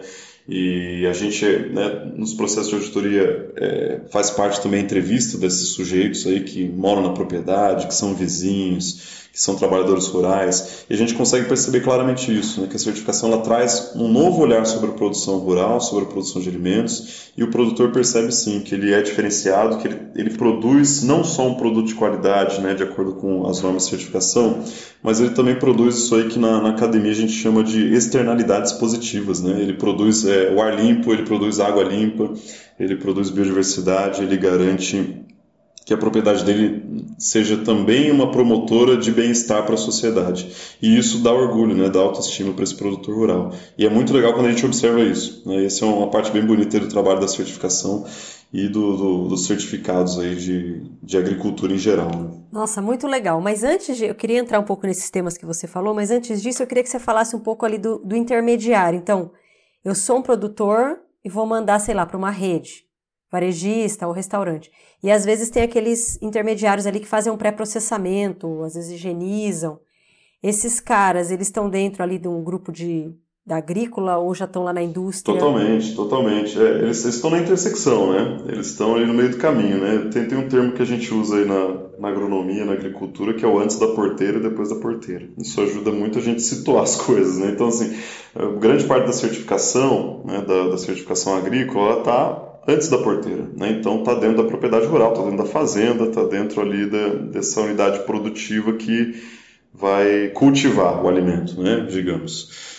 E a gente, né, nos processos de auditoria, é, faz parte também a entrevista desses sujeitos aí que moram na propriedade, que são vizinhos, que são trabalhadores rurais, e a gente consegue perceber claramente isso, né, que a certificação ela traz um novo olhar sobre a produção rural, sobre a produção de alimentos, e o produtor percebe sim que ele é diferenciado, que ele, ele produz não só um produto de qualidade, né, de acordo com as normas de certificação, mas ele também produz isso aí que na, na academia a gente chama de externalidades positivas, né? Ele produz é, o ar limpo, ele produz água limpa, ele produz biodiversidade, ele garante que a propriedade dele seja também uma promotora de bem-estar para a sociedade. E isso dá orgulho, né? Dá autoestima para esse produtor rural. E é muito legal quando a gente observa isso, né? Essa é uma parte bem bonita do trabalho da certificação e do, do, dos certificados aí de, de agricultura em geral, né? Nossa, muito legal. Mas antes de... Eu queria entrar um pouco nesses temas que você falou, mas antes disso eu queria que você falasse um pouco ali do, do intermediário. Então, eu sou um produtor e vou mandar, sei lá, para uma rede, varejista ou restaurante. E às vezes tem aqueles intermediários ali que fazem um pré-processamento, às vezes higienizam. Esses caras, eles estão dentro ali de um grupo de... da agrícola ou já estão lá na indústria? Totalmente, totalmente. É, eles, eles estão na intersecção, né? Eles estão ali no meio do caminho, né? Tem, tem um termo que a gente usa aí na, na agronomia, na agricultura, que é o antes da porteira e depois da porteira. Isso ajuda muito a gente situar as coisas, né? Então, assim, grande parte da certificação, né, da, da certificação agrícola, ela está antes da porteira, né? Então, está dentro da propriedade rural, está dentro da fazenda, está dentro ali da, dessa unidade produtiva que vai cultivar o alimento, né? Digamos.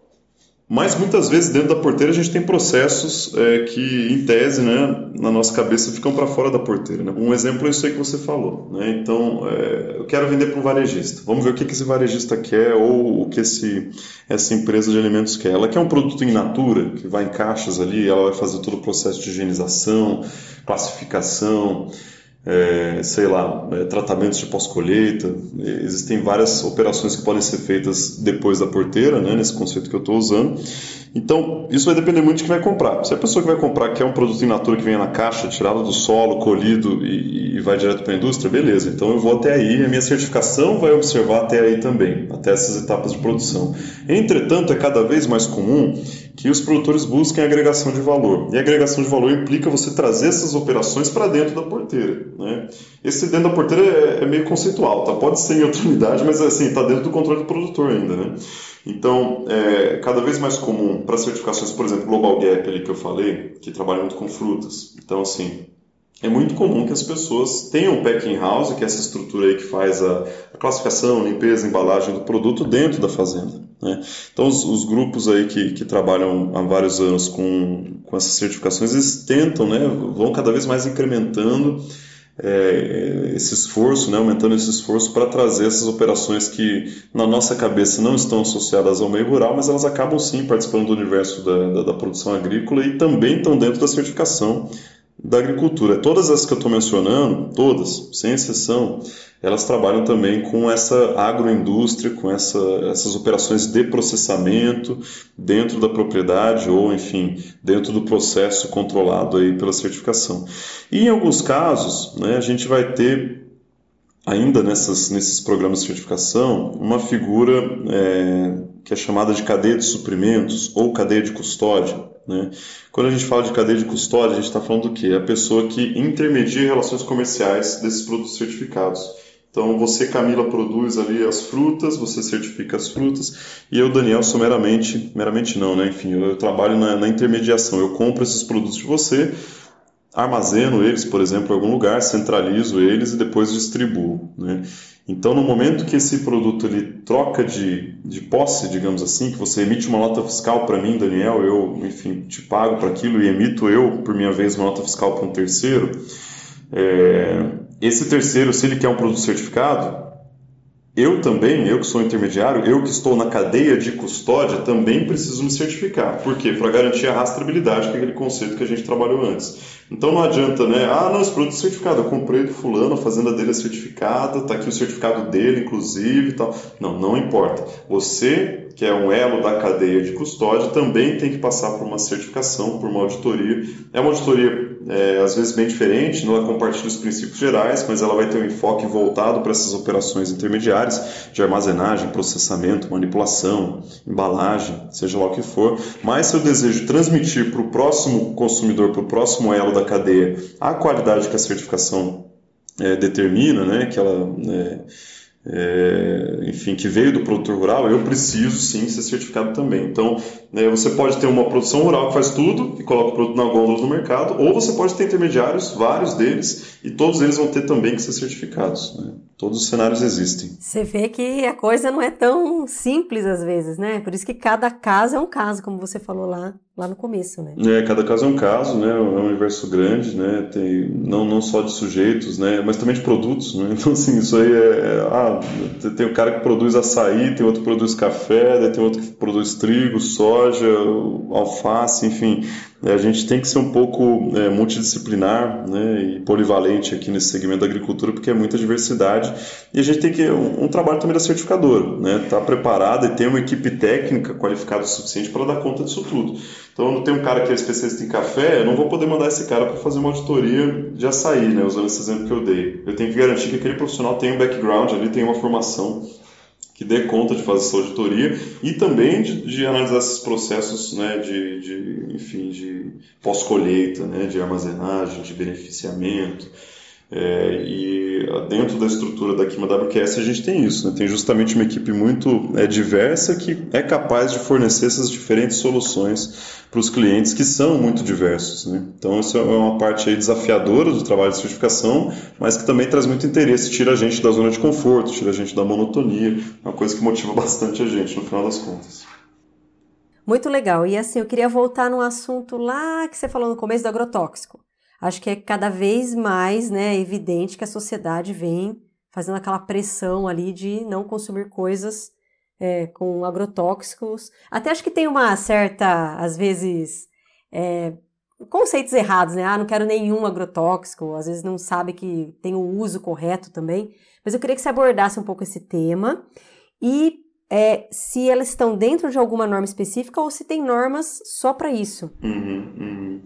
Mas muitas vezes dentro da porteira a gente tem processos é, que, em tese, né, na nossa cabeça ficam para fora da porteira, né? Um exemplo é isso aí que você falou, né? Então, é, eu quero vender para um varejista. Vamos ver o que, que esse varejista quer ou o que esse, essa empresa de alimentos quer. Ela quer um produto in natura, que vai em caixas ali, ela vai fazer todo o processo de higienização, classificação, é, sei lá, é, tratamentos de pós-colheita. Existem várias operações que podem ser feitas depois da porteira, né, nesse conceito que eu estou usando. Então, isso vai depender muito de quem vai comprar. Se a pessoa que vai comprar quer um produto in natura que venha na caixa, tirado do solo, colhido e, e vai direto para a indústria, beleza. Então eu vou até aí, a minha certificação vai observar até aí também, até essas etapas de produção. Entretanto, é cada vez mais comum que os produtores busquem agregação de valor. E a agregação de valor implica você trazer essas operações para dentro da porteira, né? Esse dentro da porteira é, é meio conceitual, tá? Pode ser em outra unidade, mas assim, está dentro do controle do produtor ainda, né? Então, é cada vez mais comum para certificações, por exemplo, Global Gap ali que eu falei, que trabalha muito com frutas. Então, assim, é muito comum que as pessoas tenham o packing house, que é essa estrutura aí que faz a, a classificação, limpeza, embalagem do produto dentro da fazenda, né? Então, os, os grupos aí que, que trabalham há vários anos com, com essas certificações, eles tentam, né, vão cada vez mais incrementando É, esse esforço, né, aumentando esse esforço para trazer essas operações que na nossa cabeça não estão associadas ao meio rural, mas elas acabam sim participando do universo da, da, da produção agrícola e também estão dentro da certificação da agricultura. Todas as que eu estou mencionando, todas, sem exceção, elas trabalham também com essa agroindústria, com essa, essas operações de processamento dentro da propriedade ou, enfim, dentro do processo controlado aí pela certificação. E em alguns casos, né, a gente vai ter ainda nessas, nesses programas de certificação uma figura é, que é chamada de cadeia de suprimentos ou cadeia de custódia, né? Quando a gente fala de cadeia de custódia, a gente está falando do quê? É a pessoa que intermedia relações comerciais desses produtos certificados. Então, você, Camila, produz ali as frutas, você certifica as frutas, e eu, Daniel, sou meramente, meramente não, né? Enfim, eu, eu trabalho na, na intermediação, eu compro esses produtos de você, armazeno eles, por exemplo, em algum lugar, centralizo eles e depois distribuo, né? Então, no momento que esse produto ele troca de, de posse, digamos assim, que você emite uma nota fiscal para mim, Daniel, eu, enfim, te pago para aquilo e emito eu, por minha vez, uma nota fiscal para um terceiro, é, esse terceiro, se ele quer um produto certificado, eu também, eu que sou intermediário, eu que estou na cadeia de custódia, também preciso me certificar. Por quê? Para garantir a rastreabilidade, que é aquele conceito que a gente trabalhou antes. Então não adianta, né? Ah, não, esse produto é certificado, eu comprei do fulano, a fazenda dele é certificada, está aqui o certificado dele, inclusive e tal. Não, não importa. Você, que é um elo da cadeia de custódia, também tem que passar por uma certificação, por uma auditoria. É uma auditoria, é, às vezes, bem diferente, não compartilha os princípios gerais, mas ela vai ter um enfoque voltado para essas operações intermediárias de armazenagem, processamento, manipulação, embalagem, seja lá o que for. Mas se eu desejo transmitir para o próximo consumidor, para o próximo elo da cadeia, a qualidade que a certificação é, determina, né, que ela... É, É, enfim, que veio do produtor rural, eu preciso sim ser certificado também. Então, né, você pode ter uma produção rural que faz tudo e coloca o produto na gôndola do mercado, ou você pode ter intermediários, vários deles, e todos eles vão ter também que ser certificados, né? Todos os cenários existem. Você vê que a coisa não é tão simples às vezes, né? Por isso que cada caso é um caso, como você falou lá, lá no começo, né? É, cada caso é um caso, né? É um universo grande, né? Tem, não, não só de sujeitos, né? Mas também de produtos, né? Então, assim, isso aí é... Ah, tem o cara que produz açaí, tem outro que produz café, daí tem outro que produz trigo, soja, alface, enfim... A gente tem que ser um pouco é, multidisciplinar, né, e polivalente aqui nesse segmento da agricultura, porque é muita diversidade. E a gente tem que um, um trabalho também da certificadora, né, estar preparada e ter uma equipe técnica qualificada o suficiente para dar conta disso tudo. Então, eu não tenho um cara que é especialista em café, eu não vou poder mandar esse cara para fazer uma auditoria de açaí, né, usando esse exemplo que eu dei. Eu tenho que garantir que aquele profissional tem um background ali, tem uma formação que dê conta de fazer essa auditoria e também de, de analisar esses processos, né, de, de, enfim, de pós-colheita, né, de armazenagem, de beneficiamento. É, e dentro da estrutura da Kima W Q S a gente tem isso, né? Tem justamente uma equipe muito é, diversa que é capaz de fornecer essas diferentes soluções para os clientes que são muito diversos, né? Então isso é uma parte aí desafiadora do trabalho de certificação, mas que também traz muito interesse, tira a gente da zona de conforto, tira a gente da monotonia, uma coisa que motiva bastante a gente no final das contas. Muito legal. E assim, eu queria voltar num assunto lá que você falou no começo do agrotóxico. Acho que é cada vez mais, né, evidente que a sociedade vem fazendo aquela pressão ali de não consumir coisas é, com agrotóxicos. Até acho que tem uma certa, às vezes, é, conceitos errados, né? Ah, não quero nenhum agrotóxico, às vezes não sabe que tem o uso correto também. Mas eu queria que você abordasse um pouco esse tema e é, se elas estão dentro de alguma norma específica ou se tem normas só para isso. Uhum, uhum.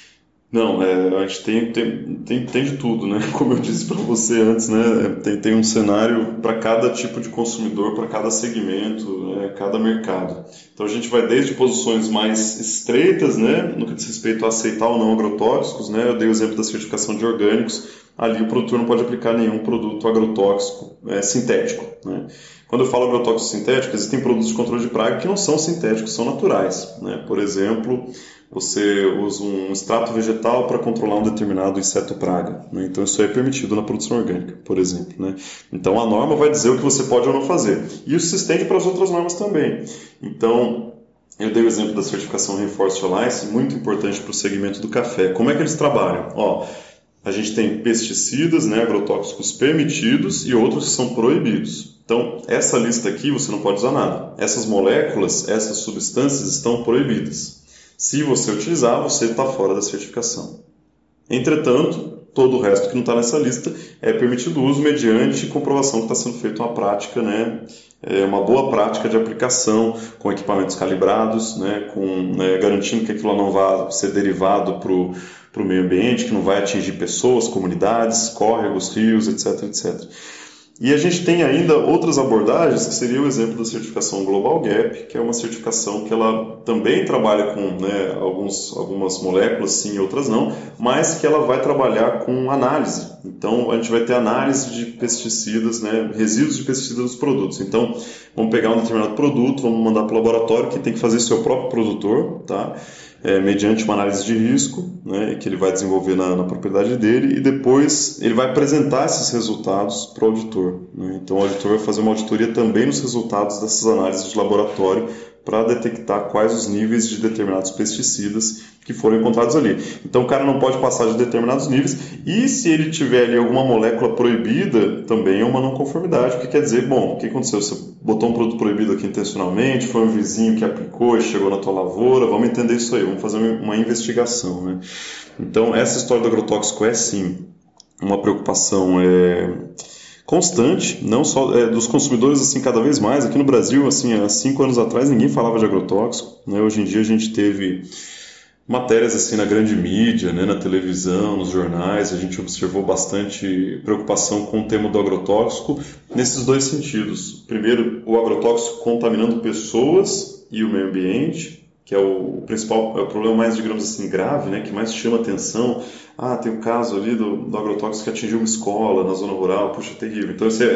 Não, é, a gente tem, tem, tem, tem de tudo, né? Como eu disse para você antes, né? Tem, tem um cenário para cada tipo de consumidor, para cada segmento, né? Cada mercado. Então a gente vai desde posições mais estreitas, né? No que diz respeito a aceitar ou não agrotóxicos, né? Eu dei o exemplo da certificação de orgânicos. Ali o produtor não pode aplicar nenhum produto agrotóxico é, sintético, né? Quando eu falo agrotóxico sintético, existem produtos de controle de praga que não são sintéticos, são naturais, né? Por exemplo, você usa um extrato vegetal para controlar um determinado inseto praga, né? Então isso é permitido na produção orgânica, por exemplo, né? Então a norma vai dizer o que você pode ou não fazer. E isso se estende para as outras normas também. Então, eu dei o exemplo da certificação Reinforced Alliance, muito importante para o segmento do café. Como é que eles trabalham? Ó, a gente tem pesticidas, né, agrotóxicos permitidos e outros que são proibidos. Então, essa lista aqui você não pode usar nada. Essas moléculas, essas substâncias estão proibidas. Se você utilizar, você está fora da certificação. Entretanto, todo o resto que não está nessa lista é permitido uso mediante comprovação que está sendo feita uma prática, né, é uma boa prática de aplicação com equipamentos calibrados, né, com, né, garantindo que aquilo não vai ser derivado para o para o meio ambiente, que não vai atingir pessoas, comunidades, córregos, rios, etc, etcétera. E a gente tem ainda outras abordagens, que seria o exemplo da certificação Global Gap, que é uma certificação que ela também trabalha com, né, alguns, algumas moléculas, sim, outras não, mas que ela vai trabalhar com análise. Então, a gente vai ter análise de pesticidas, né, resíduos de pesticidas dos produtos. Então, vamos pegar um determinado produto, vamos mandar para o laboratório, que tem que fazer seu próprio produtor, tá? É, mediante uma análise de risco, né, que ele vai desenvolver na, na propriedade dele, e depois ele vai apresentar esses resultados para o auditor, né? Então o auditor vai fazer uma auditoria também nos resultados dessas análises de laboratório para detectar quais os níveis de determinados pesticidas que foram encontrados ali. Então o cara não pode passar de determinados níveis, e se ele tiver ali alguma molécula proibida, também é uma não conformidade, porque quer dizer, bom, o que aconteceu? Você botou um produto proibido aqui intencionalmente, foi um vizinho que aplicou e chegou na tua lavoura, vamos entender isso aí, vamos fazer uma investigação, né? Então essa história do agrotóxico é sim uma preocupação é, constante, não só é, dos consumidores, assim, cada vez mais. Aqui no Brasil, assim, há cinco anos atrás ninguém falava de agrotóxico, né? Hoje em dia a gente teve matérias assim na grande mídia, né, na televisão, nos jornais, a gente observou bastante preocupação com o tema do agrotóxico nesses dois sentidos. Primeiro, o agrotóxico contaminando pessoas e o meio ambiente, que é o principal, é o problema mais, digamos assim, grave, né, que mais chama atenção. Ah, tem o caso ali do, do agrotóxico que atingiu uma escola na zona rural, puxa, terrível. Então, essa é, é,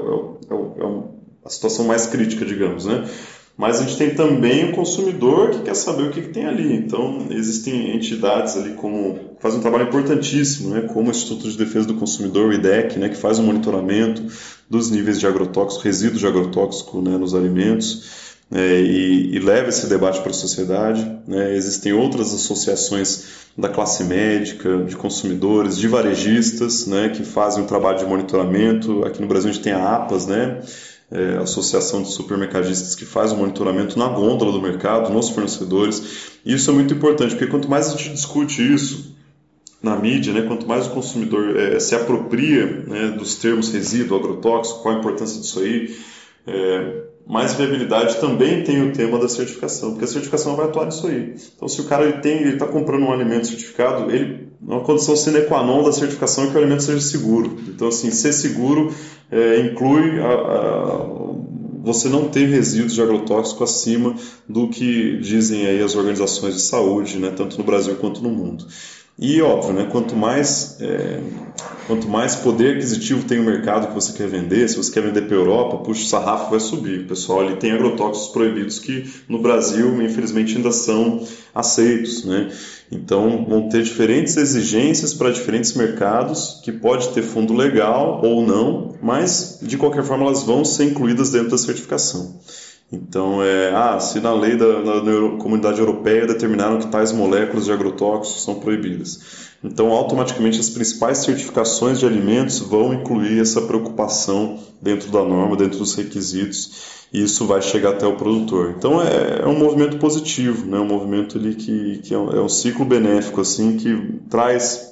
é, é, é a situação mais crítica, digamos, né? Mas a gente tem também o consumidor que quer saber o que, que tem ali. Então, existem entidades ali como, que fazem um trabalho importantíssimo, né, como o Instituto de Defesa do Consumidor, o I D E C, né, que faz o monitoramento dos níveis de agrotóxico, resíduos de agrotóxico, né, nos alimentos, é, e, e leva esse debate para a sociedade, né. Existem outras associações da classe médica, de consumidores, de varejistas, né, que fazem um trabalho de monitoramento. Aqui no Brasil a gente tem a APAS, né, É, Associação de Supermercadistas, que faz o monitoramento na gôndola do mercado, nos fornecedores. E isso é muito importante, porque quanto mais a gente discute isso na mídia, né, quanto mais o consumidor é, se apropria, né, dos termos resíduo, agrotóxico, qual a importância disso aí, é, mais viabilidade também tem o tema da certificação, porque a certificação vai atuar nisso aí. Então, se o cara está comprando um alimento certificado, ele, uma condição sine qua non da certificação é que o alimento seja seguro. Então, assim, ser seguro é, inclui a, a, você não ter resíduos de agrotóxico acima do que dizem aí as organizações de saúde, né, tanto no Brasil quanto no mundo. E, óbvio, né, quanto mais, é, quanto mais poder aquisitivo tem o mercado que você quer vender, se você quer vender para a Europa, puxa, o sarrafo vai subir. O pessoal ali tem agrotóxicos proibidos que no Brasil, infelizmente, ainda são aceitos, né? Então, vão ter diferentes exigências para diferentes mercados, que pode ter fundo legal ou não, mas, de qualquer forma, elas vão ser incluídas dentro da certificação. Então, é, ah, se na lei da, da, da Comunidade Europeia determinaram que tais moléculas de agrotóxicos são proibidas. Então, automaticamente, as principais certificações de alimentos vão incluir essa preocupação dentro da norma, dentro dos requisitos, e isso vai chegar até o produtor. Então, é, é um movimento positivo, né? Um movimento ali que, que é, um, é um ciclo benéfico, assim, que traz...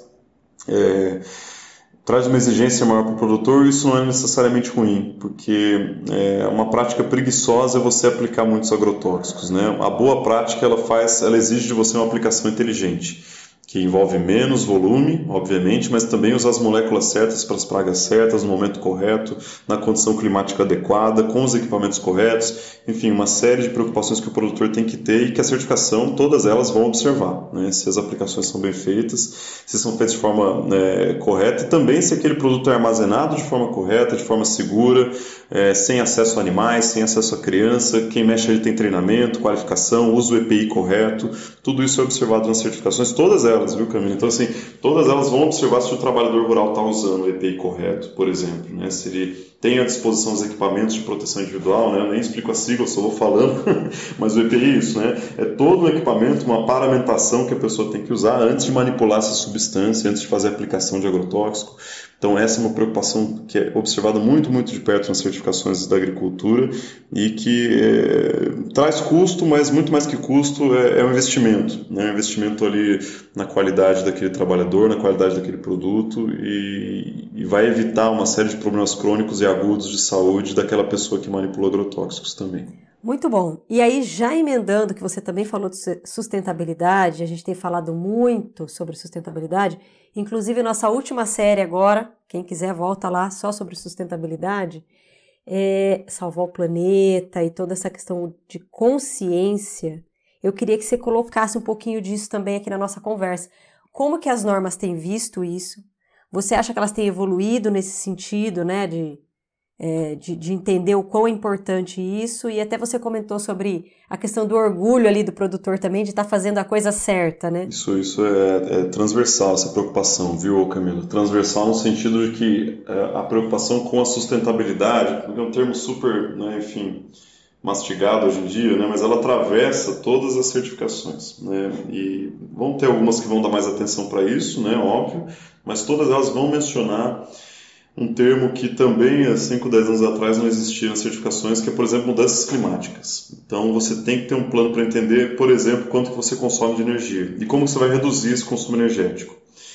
É, traz uma exigência maior para o produtor, e isso não é necessariamente ruim, porque é uma prática preguiçosa é você aplicar muitos agrotóxicos, né? A boa prática ela faz, ela exige de você uma aplicação inteligente, que envolve menos volume, obviamente, mas também usar as moléculas certas para as pragas certas, no momento correto, na condição climática adequada, com os equipamentos corretos, enfim, uma série de preocupações que o produtor tem que ter e que a certificação, todas elas vão observar, né? Se as aplicações são bem feitas, se são feitas de forma né, correta e também se aquele produto é armazenado de forma correta, de forma segura, é, sem acesso a animais, sem acesso a criança, quem mexe ali tem treinamento, qualificação, usa o E P I correto, tudo isso é observado nas certificações, todas elas, viu, Camila? Então, assim, todas elas vão observar se o trabalhador rural está usando o E P I correto, por exemplo, né? Se ele tem à disposição os equipamentos de proteção individual, né? Eu nem explico a sigla, só vou falando, mas o E P I é isso, né? É todo um equipamento, uma paramentação que a pessoa tem que usar antes de manipular essa substância, antes de fazer a aplicação de agrotóxico. Então, essa é uma preocupação que é observada muito, muito de perto nas certificações da agricultura e que é, traz custo, mas muito mais que custo é, é um investimento, né? Um investimento ali na qualidade daquele trabalhador, na qualidade daquele produto e, e vai evitar uma série de problemas crônicos e agudos de saúde daquela pessoa que manipula agrotóxicos também. Muito bom. E aí, já emendando, que você também falou de sustentabilidade, a gente tem falado muito sobre sustentabilidade, inclusive nossa última série agora, quem quiser volta lá, só sobre sustentabilidade, é salvar o planeta e toda essa questão de consciência. Eu queria que você colocasse um pouquinho disso também aqui na nossa conversa. Como que as normas têm visto isso? Você acha que elas têm evoluído nesse sentido, né, de... É, de, de entender o quão é importante isso, e até você comentou sobre a questão do orgulho ali do produtor também, de estar tá fazendo a coisa certa, né? Isso, isso é, é transversal, essa preocupação, viu, Camila? Transversal no sentido de que é, a preocupação com a sustentabilidade, é um termo super, né, enfim, mastigado hoje em dia, né, mas ela atravessa todas as certificações, né, e vão ter algumas que vão dar mais atenção para isso, né, óbvio, mas todas elas vão mencionar um termo que também há cinco, dez anos atrás não existia nas certificações, que é, por exemplo, mudanças climáticas. Então, você tem que ter um plano para entender, por exemplo, quanto que você consome de energia e como você vai reduzir esse consumo energético.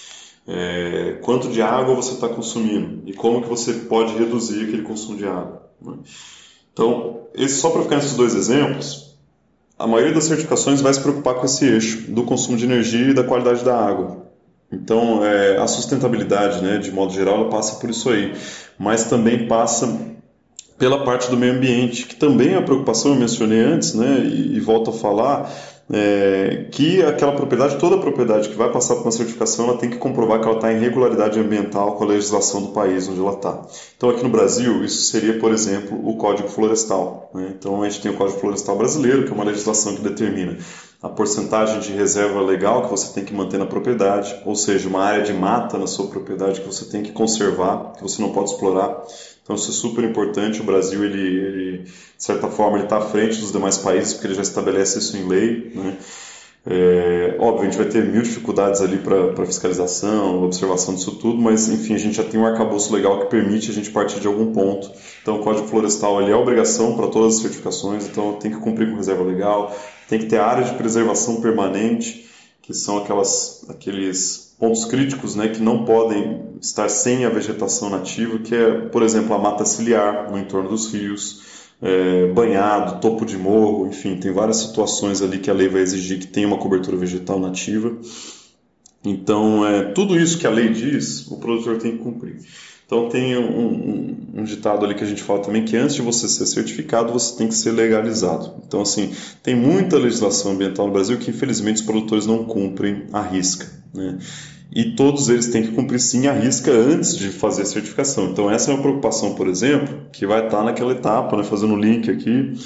É, quanto de água você está consumindo e como que você pode reduzir aquele consumo de água, né? Então, esse, só para ficar nesses dois exemplos, a maioria das certificações vai se preocupar com esse eixo do consumo de energia e da qualidade da água. Então, é, a sustentabilidade, né, de modo geral, ela passa por isso aí, mas também passa pela parte do meio ambiente, que também é a preocupação, eu mencionei antes, né, e, e volto a falar, é, que aquela propriedade, toda propriedade que vai passar por uma certificação, ela tem que comprovar que ela está em regularidade ambiental com a legislação do país onde ela está. Então, aqui no Brasil, isso seria, por exemplo, o Código Florestal, né? Então, a gente tem o Código Florestal brasileiro, que é uma legislação que determina a porcentagem de reserva legal que você tem que manter na propriedade, ou seja, uma área de mata na sua propriedade que você tem que conservar, que você não pode explorar. Então isso é super importante. O Brasil, ele, ele de certa forma, ele está à frente dos demais países, porque ele já estabelece isso em lei, né? É, óbvio, a gente vai ter mil dificuldades ali para fiscalização, observação disso tudo, mas enfim, a gente já tem um arcabouço legal que permite a gente partir de algum ponto. Então o Código Florestal ele é obrigação para todas as certificações, então tem que cumprir com reserva legal, tem que ter áreas de preservação permanente, que são aquelas, aqueles pontos críticos, né, que não podem estar sem a vegetação nativa, que é, por exemplo, a mata ciliar no entorno dos rios, É, banhado, topo de morro, enfim, tem várias situações ali que a lei vai exigir que tenha uma cobertura vegetal nativa. Então, é, tudo isso que a lei diz, o produtor tem que cumprir. Então, tem um, um, um ditado ali que a gente fala também, que antes de você ser certificado, você tem que ser legalizado. Então, assim, tem muita legislação ambiental no Brasil que, infelizmente, os produtores não cumprem à risca, né? E todos eles têm que cumprir sim a risca antes de fazer a certificação. Então essa é uma preocupação, por exemplo, que vai estar naquela etapa, né, fazendo o link aqui,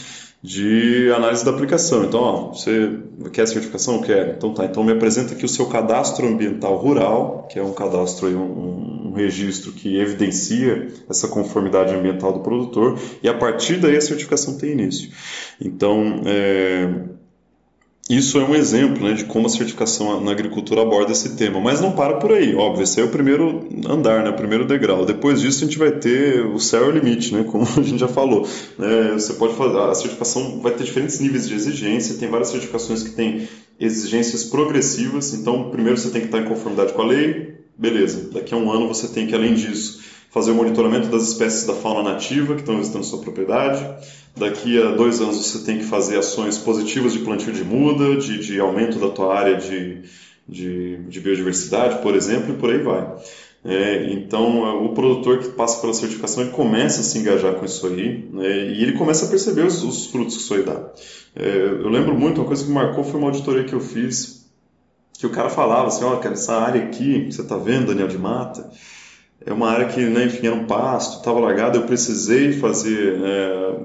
de análise da aplicação. Então, ó, você quer certificação? Quer. Então tá, então me apresenta aqui o seu cadastro ambiental rural, que é um cadastro, um, um registro que evidencia essa conformidade ambiental do produtor, e a partir daí a certificação tem início. Então, é, isso é um exemplo, né, de como a certificação na agricultura aborda esse tema, mas não para por aí, óbvio, esse é o primeiro andar, né, o primeiro degrau. Depois disso a gente vai ter o céu é o limite, né, como a gente já falou. Né, você pode fazer, a certificação vai ter diferentes níveis de exigência, tem várias certificações que têm exigências progressivas, então primeiro você tem que estar em conformidade com a lei, beleza, daqui a um ano você tem que, além disso, fazer o monitoramento das espécies da fauna nativa que estão visitando sua propriedade. Daqui a dois anos você tem que fazer ações positivas de plantio de muda, de, de aumento da tua área de, de, de biodiversidade, por exemplo, e por aí vai. É, então, o produtor que passa pela certificação, ele começa a se engajar com isso aí, né, e ele começa a perceber os, os frutos que isso aí dá. É, eu lembro muito, uma coisa que me marcou foi uma auditoria que eu fiz, que o cara falava assim, ó, oh, cara, essa área aqui, que você está vendo, Daniel, de mata, é uma área que, né, enfim, era um pasto, estava largado, eu precisei fazer... É,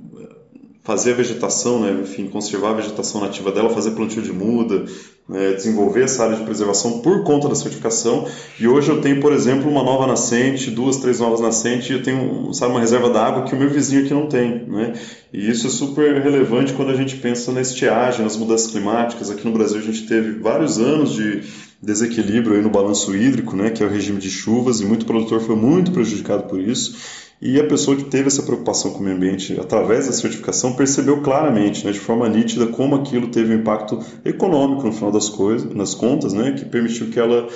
fazer a vegetação, né, enfim, conservar a vegetação nativa dela, fazer plantio de muda, né, desenvolver essa área de preservação por conta da certificação. E hoje eu tenho, por exemplo, uma nova nascente, duas, três novas nascentes, e eu tenho, sabe, uma reserva d'água que o meu vizinho aqui não tem, né? E isso é super relevante quando a gente pensa na estiagem, nas mudanças climáticas. Aqui no Brasil a gente teve vários anos de desequilíbrio aí no balanço hídrico, né, que é o regime de chuvas, e muito produtor foi muito prejudicado por isso. E a pessoa que teve essa preocupação com o meio ambiente através da certificação percebeu claramente, né, de forma nítida, como aquilo teve um impacto econômico no final das coisas, nas contas, né, que permitiu que ela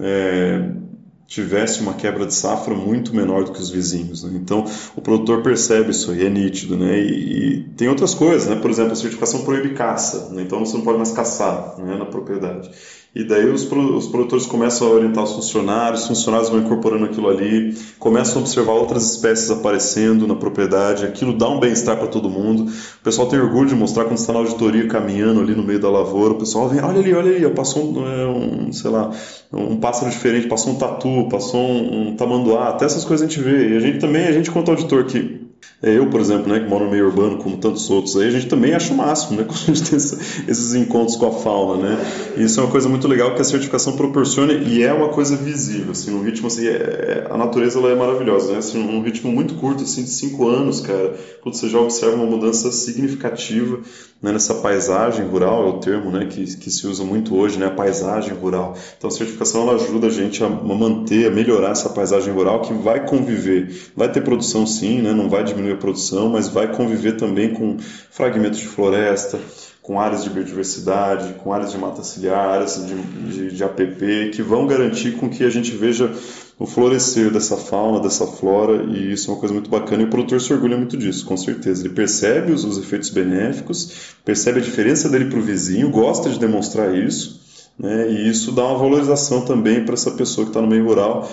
é, tivesse uma quebra de safra muito menor do que os vizinhos. Né? Então, o produtor percebe isso aí, é nítido. Né? E, e tem outras coisas, né? Por exemplo, a certificação proíbe caça, né? Então você não pode mais caçar, né, na propriedade. E daí os, os produtores começam a orientar os funcionários, os funcionários vão incorporando aquilo ali, começam a observar outras espécies aparecendo na propriedade, aquilo dá um bem-estar para todo mundo. O pessoal tem orgulho de mostrar quando está na auditoria caminhando ali no meio da lavoura, o pessoal vem, olha ali, olha ali, passou um, um sei lá, um pássaro diferente, passou um tatu, passou um, um tamanduá, até essas coisas a gente vê. E a gente também, a gente quanto auditor que eu, por exemplo, né, que moro no meio urbano, como tantos outros aí, a gente também acha o máximo, né, quando a gente tem essa, esses encontros com a fauna, né, e isso é uma coisa muito legal que a certificação proporciona e é uma coisa visível, assim, num ritmo, assim, é, a natureza ela é maravilhosa, né, assim, num ritmo muito curto, assim, de cinco anos, cara, quando você já observa uma mudança significativa, né, nessa paisagem rural, é o termo, né, que, que se usa muito hoje, né, a paisagem rural. Então a certificação ela ajuda a gente a manter, a melhorar essa paisagem rural que vai conviver, vai ter produção sim, né, não vai diminuir a produção, mas vai conviver também com fragmentos de floresta, com áreas de biodiversidade, com áreas de mata ciliar, áreas de, de, de A P P, que vão garantir com que a gente veja o florescer dessa fauna, dessa flora, e isso é uma coisa muito bacana, e o produtor se orgulha muito disso, com certeza. Ele percebe os, os efeitos benéficos, percebe a diferença dele para o vizinho, gosta de demonstrar isso, né, e isso dá uma valorização também para essa pessoa que está no meio rural,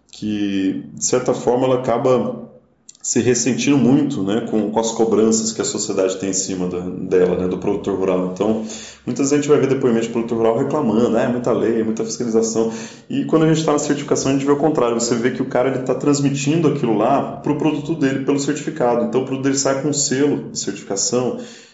que, de certa forma, ela acaba se ressentindo muito, né, com, com as cobranças que a sociedade tem em cima da, dela, né, do produtor rural. Então, muitas vezes a gente vai ver depoimento de produtor rural reclamando, ah, é muita lei, é muita fiscalização. E quando a gente está na certificação, a gente vê o contrário. Você vê que o cara está transmitindo aquilo lá para o produto dele pelo certificado. Então, o produto dele sai com um selo de certificação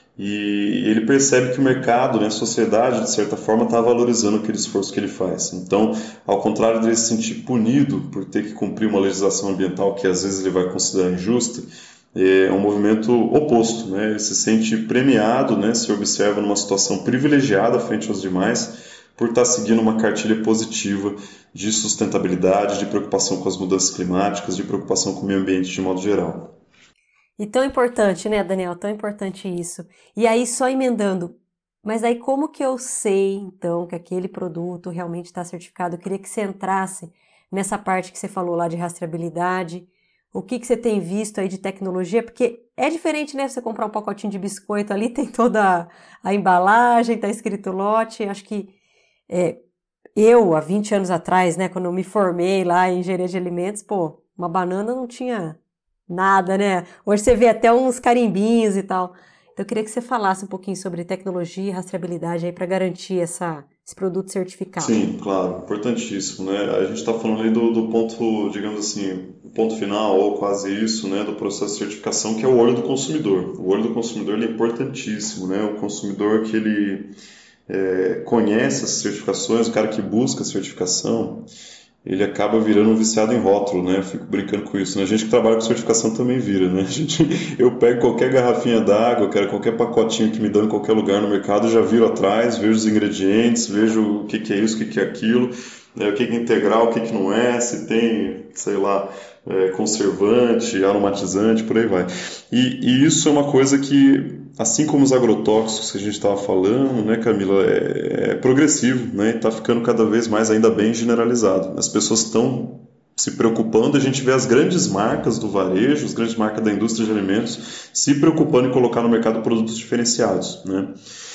e ele percebe que o mercado, né, a sociedade, de certa forma, está valorizando aquele esforço que ele faz. Então, ao contrário dele se sentir punido por ter que cumprir uma legislação ambiental que às vezes ele vai considerar injusta, é um movimento oposto, né? Ele se sente premiado, né, se observa numa situação privilegiada frente aos demais por estar seguindo uma cartilha positiva de sustentabilidade, de preocupação com as mudanças climáticas, de preocupação com o meio ambiente de modo geral. E tão importante, né, Daniel? Tão importante isso. E aí, só emendando, mas aí como que eu sei, então, que aquele produto realmente está certificado? Eu queria que você entrasse nessa parte que você falou lá de rastreabilidade, o que, que você tem visto aí de tecnologia, porque é diferente, né, você comprar um pacotinho de biscoito ali, tem toda a, a embalagem, tá escrito lote, acho que é, eu, há vinte anos atrás, né, quando eu me formei lá em engenharia de alimentos, pô, uma banana não tinha nada, né? Hoje você vê até uns carimbinhos e tal. Então, eu queria que você falasse um pouquinho sobre tecnologia e rastreabilidade aí para garantir essa, esse produto certificado. Sim, claro, importantíssimo, né? A gente está falando aí do, do ponto, digamos assim, o ponto final, ou quase isso, né, do processo de certificação, que é o olho do consumidor. O olho do consumidor ele é importantíssimo, né? O consumidor que ele é, conhece as certificações, o cara que busca a certificação, ele acaba virando um viciado em rótulo, né? Eu fico brincando com isso, né? A gente que trabalha com certificação também vira, né? A gente, eu pego qualquer garrafinha d'água, quero qualquer pacotinho que me dão em qualquer lugar no mercado, já viro atrás, vejo os ingredientes, vejo o que, que é isso, o que, que é aquilo, né? O que, que é integral, o que, que não é, se tem, sei lá, é, conservante, aromatizante, por aí vai. E, e isso é uma coisa que, assim como os agrotóxicos que a gente estava falando, né, Camila, é, é progressivo, né, e está ficando cada vez mais, ainda bem, generalizado. As pessoas estão se preocupando, a gente vê as grandes marcas do varejo, as grandes marcas da indústria de alimentos, se preocupando em colocar no mercado produtos diferenciados, né?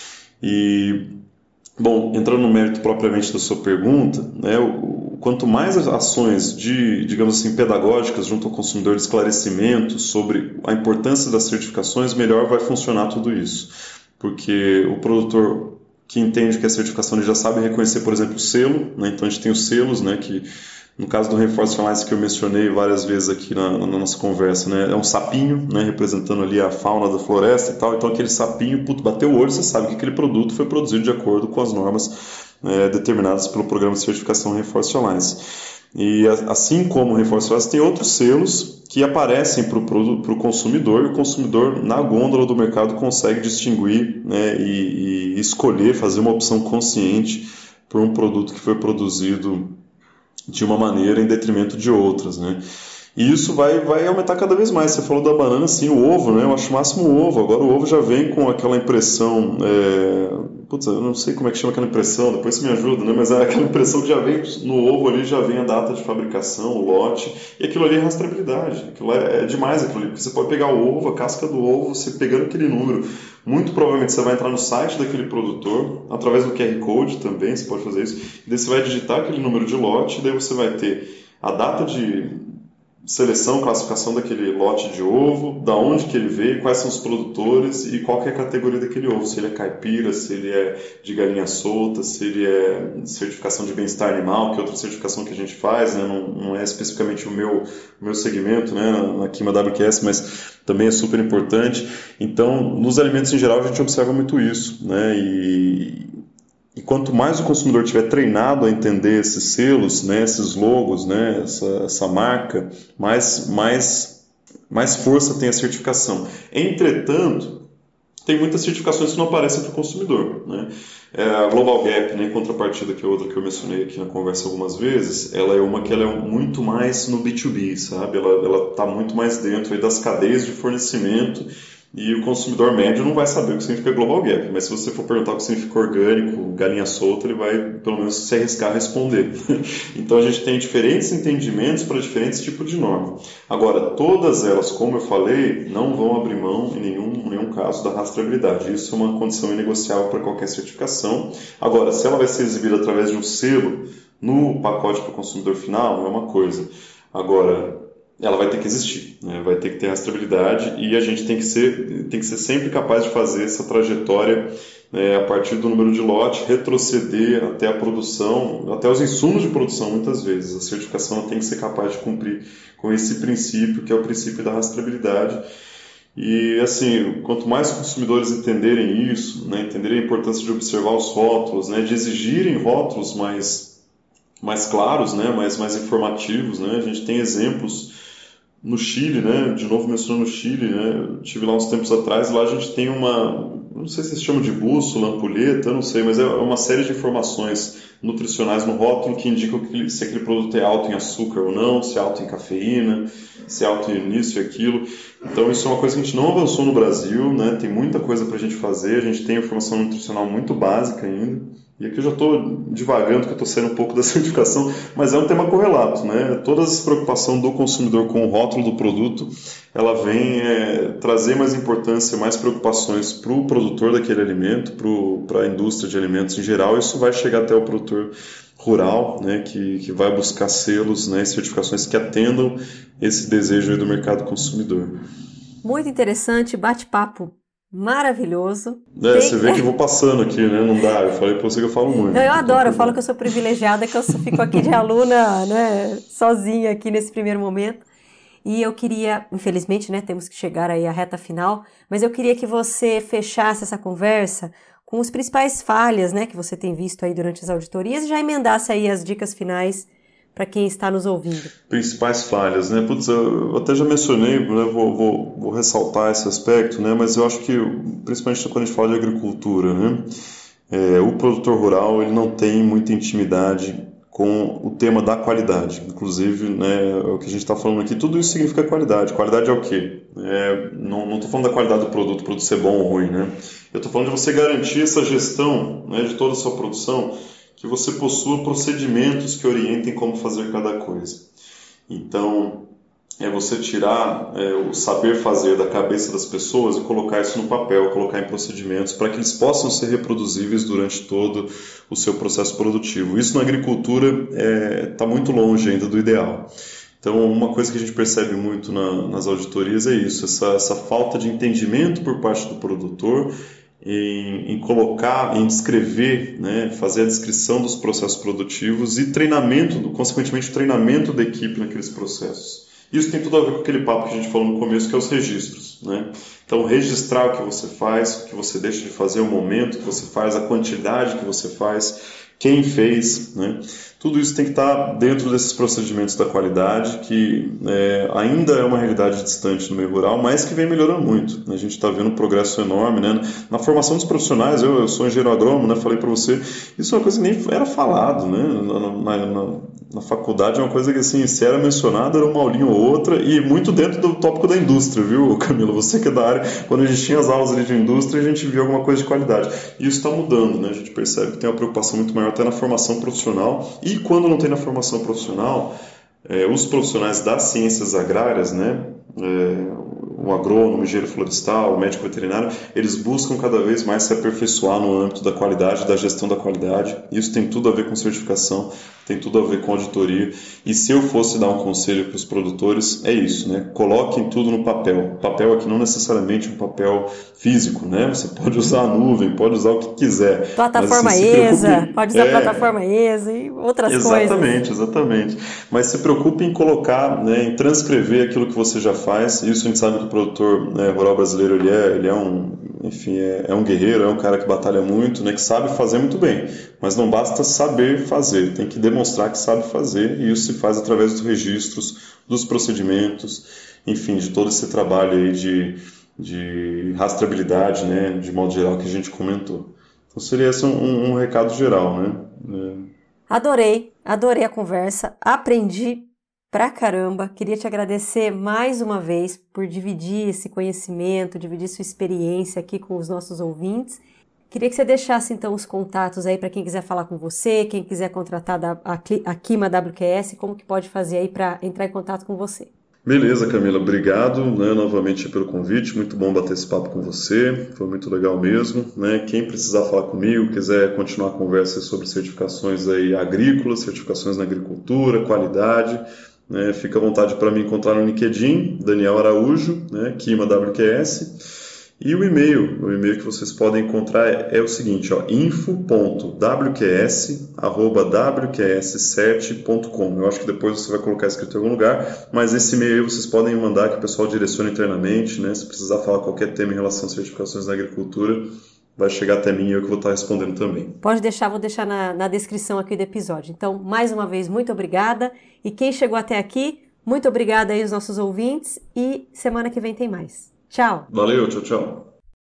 E, bom, entrando no mérito propriamente da sua pergunta, né, o, quanto mais ações de, digamos assim, pedagógicas junto ao consumidor de esclarecimento sobre a importância das certificações, melhor vai funcionar tudo isso. Porque o produtor que entende que a certificação ele já sabe reconhecer, por exemplo, o selo, né? Então a gente tem os selos, né, que no caso do Reinforcement Alliance que eu mencionei várias vezes aqui na, na nossa conversa, né, é um sapinho, né, representando ali a fauna da floresta e tal. Então aquele sapinho, puto, bateu o olho, você sabe que aquele produto foi produzido de acordo com as normas é, determinadas pelo programa de certificação Reinforcement Alliance. E assim como o Reinforcement Alliance, tem outros selos que aparecem para o consumidor, e o consumidor na gôndola do mercado consegue distinguir, né, e, e escolher, fazer uma opção consciente por um produto que foi produzido de uma maneira em detrimento de outras, né? E isso vai, vai aumentar cada vez mais. Você falou da banana, sim, o ovo, né? Eu acho o máximo o ovo. Agora o ovo já vem com aquela impressão... É... Putz, eu não sei como é que chama aquela impressão, depois você me ajuda, né? Mas é aquela impressão que já vem no ovo ali, já vem a data de fabricação, o lote, e aquilo ali é rastreabilidade. Aquilo é, é demais aquilo ali, porque você pode pegar o ovo, a casca do ovo, você pegando aquele número. Muito provavelmente você vai entrar no site daquele produtor, através do Q R Code também, você pode fazer isso, e daí você vai digitar aquele número de lote, e daí você vai ter a data de seleção, classificação daquele lote de ovo, da onde que ele veio, quais são os produtores e qual que é a categoria daquele ovo, se ele é caipira, se ele é de galinha solta, se ele é certificação de bem-estar animal, que é outra certificação que a gente faz, né? não, não é especificamente o meu, o meu segmento, né? Na Quima W Q S, mas também é super importante. Então, nos alimentos em geral, a gente observa muito isso, né? E E quanto mais o consumidor tiver treinado a entender esses selos, né, esses logos, né, essa, essa marca, mais, mais, mais força tem a certificação. Entretanto, tem muitas certificações que não aparecem para o consumidor, né? É, a Global Gap, né, em contrapartida, que é outra que eu mencionei aqui na conversa algumas vezes, ela é uma que ela é muito mais no B dois B, sabe? Ela está muito mais dentro aí das cadeias de fornecimento. E o consumidor médio não vai saber o que significa Global Gap, mas se você for perguntar o que significa orgânico, galinha solta, ele vai pelo menos se arriscar a responder. Então a gente tem diferentes entendimentos para diferentes tipos de norma. Agora, todas elas, como eu falei, não vão abrir mão em nenhum, nenhum caso da rastreabilidade. Isso é uma condição inegociável para qualquer certificação. Agora, se ela vai ser exibida através de um selo no pacote para o consumidor final, é uma coisa. Agora, ela vai ter que existir, né? Vai ter que ter rastreabilidade e a gente tem que ser, tem que ser sempre capaz de fazer essa trajetória, né, a partir do número de lote, retroceder até a produção, até os insumos de produção muitas vezes. A certificação tem que ser capaz de cumprir com esse princípio, que é o princípio da rastreabilidade. E assim, quanto mais consumidores entenderem isso, né, entenderem a importância de observar os rótulos, né, de exigirem rótulos mais, mais claros, né, mais, mais informativos, né, a gente tem exemplos no Chile, né? De novo mencionando o Chile, né? Eu estive lá uns tempos atrás, lá a gente tem uma, não sei se se chama de bússola, ampulheta, não sei, mas é uma série de informações nutricionais no rótulo que indicam que, se aquele produto é alto em açúcar ou não, se é alto em cafeína, se é alto nisso e aquilo. Então isso é uma coisa que a gente não avançou no Brasil, né? Tem muita coisa para a gente fazer, a gente tem informação nutricional muito básica ainda. E aqui eu já estou divagando, que eu estou saindo um pouco da certificação, mas é um tema correlato, né? Toda essa preocupação do consumidor com o rótulo do produto, ela vem é, trazer mais importância, mais preocupações para o produtor daquele alimento, para a indústria de alimentos em geral. Isso vai chegar até o produtor rural, né? Que, que vai buscar selos, né? E certificações que atendam esse desejo aí do mercado consumidor. Muito interessante, bate-papo maravilhoso. É, Tem... você vê que eu vou passando aqui, né? Não dá, eu falei pra você que eu falo muito. Não, eu adoro, eu falo que eu sou privilegiada, que eu fico aqui de aluna, né, sozinha aqui nesse primeiro momento. E eu queria, infelizmente, né, temos que chegar aí à reta final, mas eu queria que você fechasse essa conversa com as principais falhas, né, que você tem visto aí durante as auditorias e já emendasse aí as dicas finais para quem está nos ouvindo. Principais falhas, né? Putz, eu até já mencionei, né? vou, vou, vou ressaltar esse aspecto, né? Mas eu acho que, principalmente quando a gente fala de agricultura, né? É, o produtor rural ele não tem muita intimidade com o tema da qualidade. Inclusive, né, o que a gente está falando aqui, tudo isso significa qualidade. Qualidade é o quê? É, não estou falando da qualidade do produto, o produto ser bom ou ruim, né? Eu estou falando de você garantir essa gestão, né, de toda a sua produção, que você possua procedimentos que orientem como fazer cada coisa. Então, é você tirar é, o saber fazer da cabeça das pessoas e colocar isso no papel, colocar em procedimentos para que eles possam ser reproduzíveis durante todo o seu processo produtivo. Isso na agricultura está é, muito longe ainda do ideal. Então, uma coisa que a gente percebe muito na, nas auditorias é isso, essa, essa falta de entendimento por parte do produtor Em, em colocar, em descrever, né, fazer a descrição dos processos produtivos e treinamento, consequentemente treinamento da equipe naqueles processos. Isso tem tudo a ver com aquele papo que a gente falou no começo, que é os registros, né? Então, registrar o que você faz, o que você deixa de fazer, o momento que você faz, a quantidade que você faz, quem fez, né? Tudo isso tem que estar dentro desses procedimentos da qualidade, que é, ainda é uma realidade distante no meio rural, mas que vem melhorando muito. A gente está vendo um progresso enorme, né? Na formação dos profissionais, eu, eu sou engenheiro agrônomo, né? Falei para você, isso é uma coisa que nem era falado, né? Na, na, na, na faculdade é uma coisa que, assim, se era mencionado, era uma aulinha ou outra, e muito dentro do tópico da indústria, viu, Camila? Você que é da área, quando a gente tinha as aulas ali de indústria, a gente via alguma coisa de qualidade. E isso está mudando, né? A gente percebe que tem uma preocupação muito maior até na formação profissional. E quando não tem na formação profissional, é, os profissionais das ciências agrárias, né, é, o agrônomo, o engenheiro florestal, o médico veterinário, eles buscam cada vez mais se aperfeiçoar no âmbito da qualidade, da gestão da qualidade. Isso tem tudo a ver com certificação, tem tudo a ver com auditoria. E se eu fosse dar um conselho para os produtores, é isso, né? Coloquem tudo no papel. Papel aqui não necessariamente um papel físico, né? Você pode usar a nuvem, pode usar o que quiser. Plataforma mas, assim, ESA, preocupe... pode usar é... plataforma ESA e outras exatamente, coisas. Exatamente, exatamente. Mas se preocupe em colocar, né, em transcrever aquilo que você já faz. Isso a gente sabe que o produtor, né, rural brasileiro, ele é, ele é um, enfim, é, é um guerreiro, é um cara que batalha muito, né, que sabe fazer muito bem. Mas não basta saber fazer, tem que demonstrar que sabe fazer, e isso se faz através dos registros, dos procedimentos, enfim, de todo esse trabalho aí de, de rastreabilidade, né, de modo geral, que a gente comentou. Então seria esse um, um recado geral, né? Adorei, adorei a conversa, aprendi pra caramba. Queria te agradecer mais uma vez por dividir esse conhecimento, dividir sua experiência aqui com os nossos ouvintes. Queria que você deixasse então os contatos aí para quem quiser falar com você, quem quiser contratar a, a Quima W Q S, como que pode fazer aí para entrar em contato com você. Beleza, Camila, obrigado, né, novamente pelo convite, muito bom bater esse papo com você, foi muito legal mesmo, né? Quem precisar falar comigo, quiser continuar a conversa sobre certificações aí agrícolas, certificações na agricultura, qualidade, né, fica à vontade para me encontrar no LinkedIn, Daniel Araújo, né, Quima W Q S. E o e-mail, o e-mail que vocês podem encontrar é, é o seguinte, ó, info ponto w q s arroba w q s sete ponto com. Eu acho que depois você vai colocar escrito em algum lugar, mas esse e-mail aí vocês podem mandar que o pessoal direcione internamente, né? Se precisar falar qualquer tema em relação a certificações na agricultura, vai chegar até mim e eu que vou estar respondendo também. Pode deixar, vou deixar na, na descrição aqui do episódio. Então, mais uma vez, muito obrigada. E quem chegou até aqui, muito obrigada aí aos nossos ouvintes e semana que vem tem mais. Tchau. Valeu, tchau, tchau.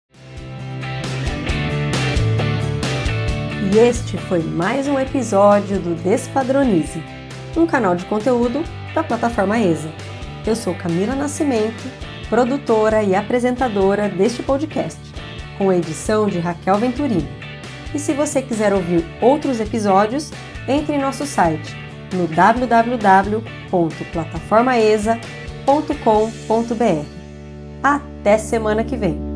E este foi mais um episódio do Despadronize, um canal de conteúdo da plataforma ESA. Eu sou Camila Nascimento, produtora e apresentadora deste podcast, com a edição de Raquel Venturini. E se você quiser ouvir outros episódios, entre em nosso site no w w w ponto plataforma esa ponto com ponto b r. Até semana que vem!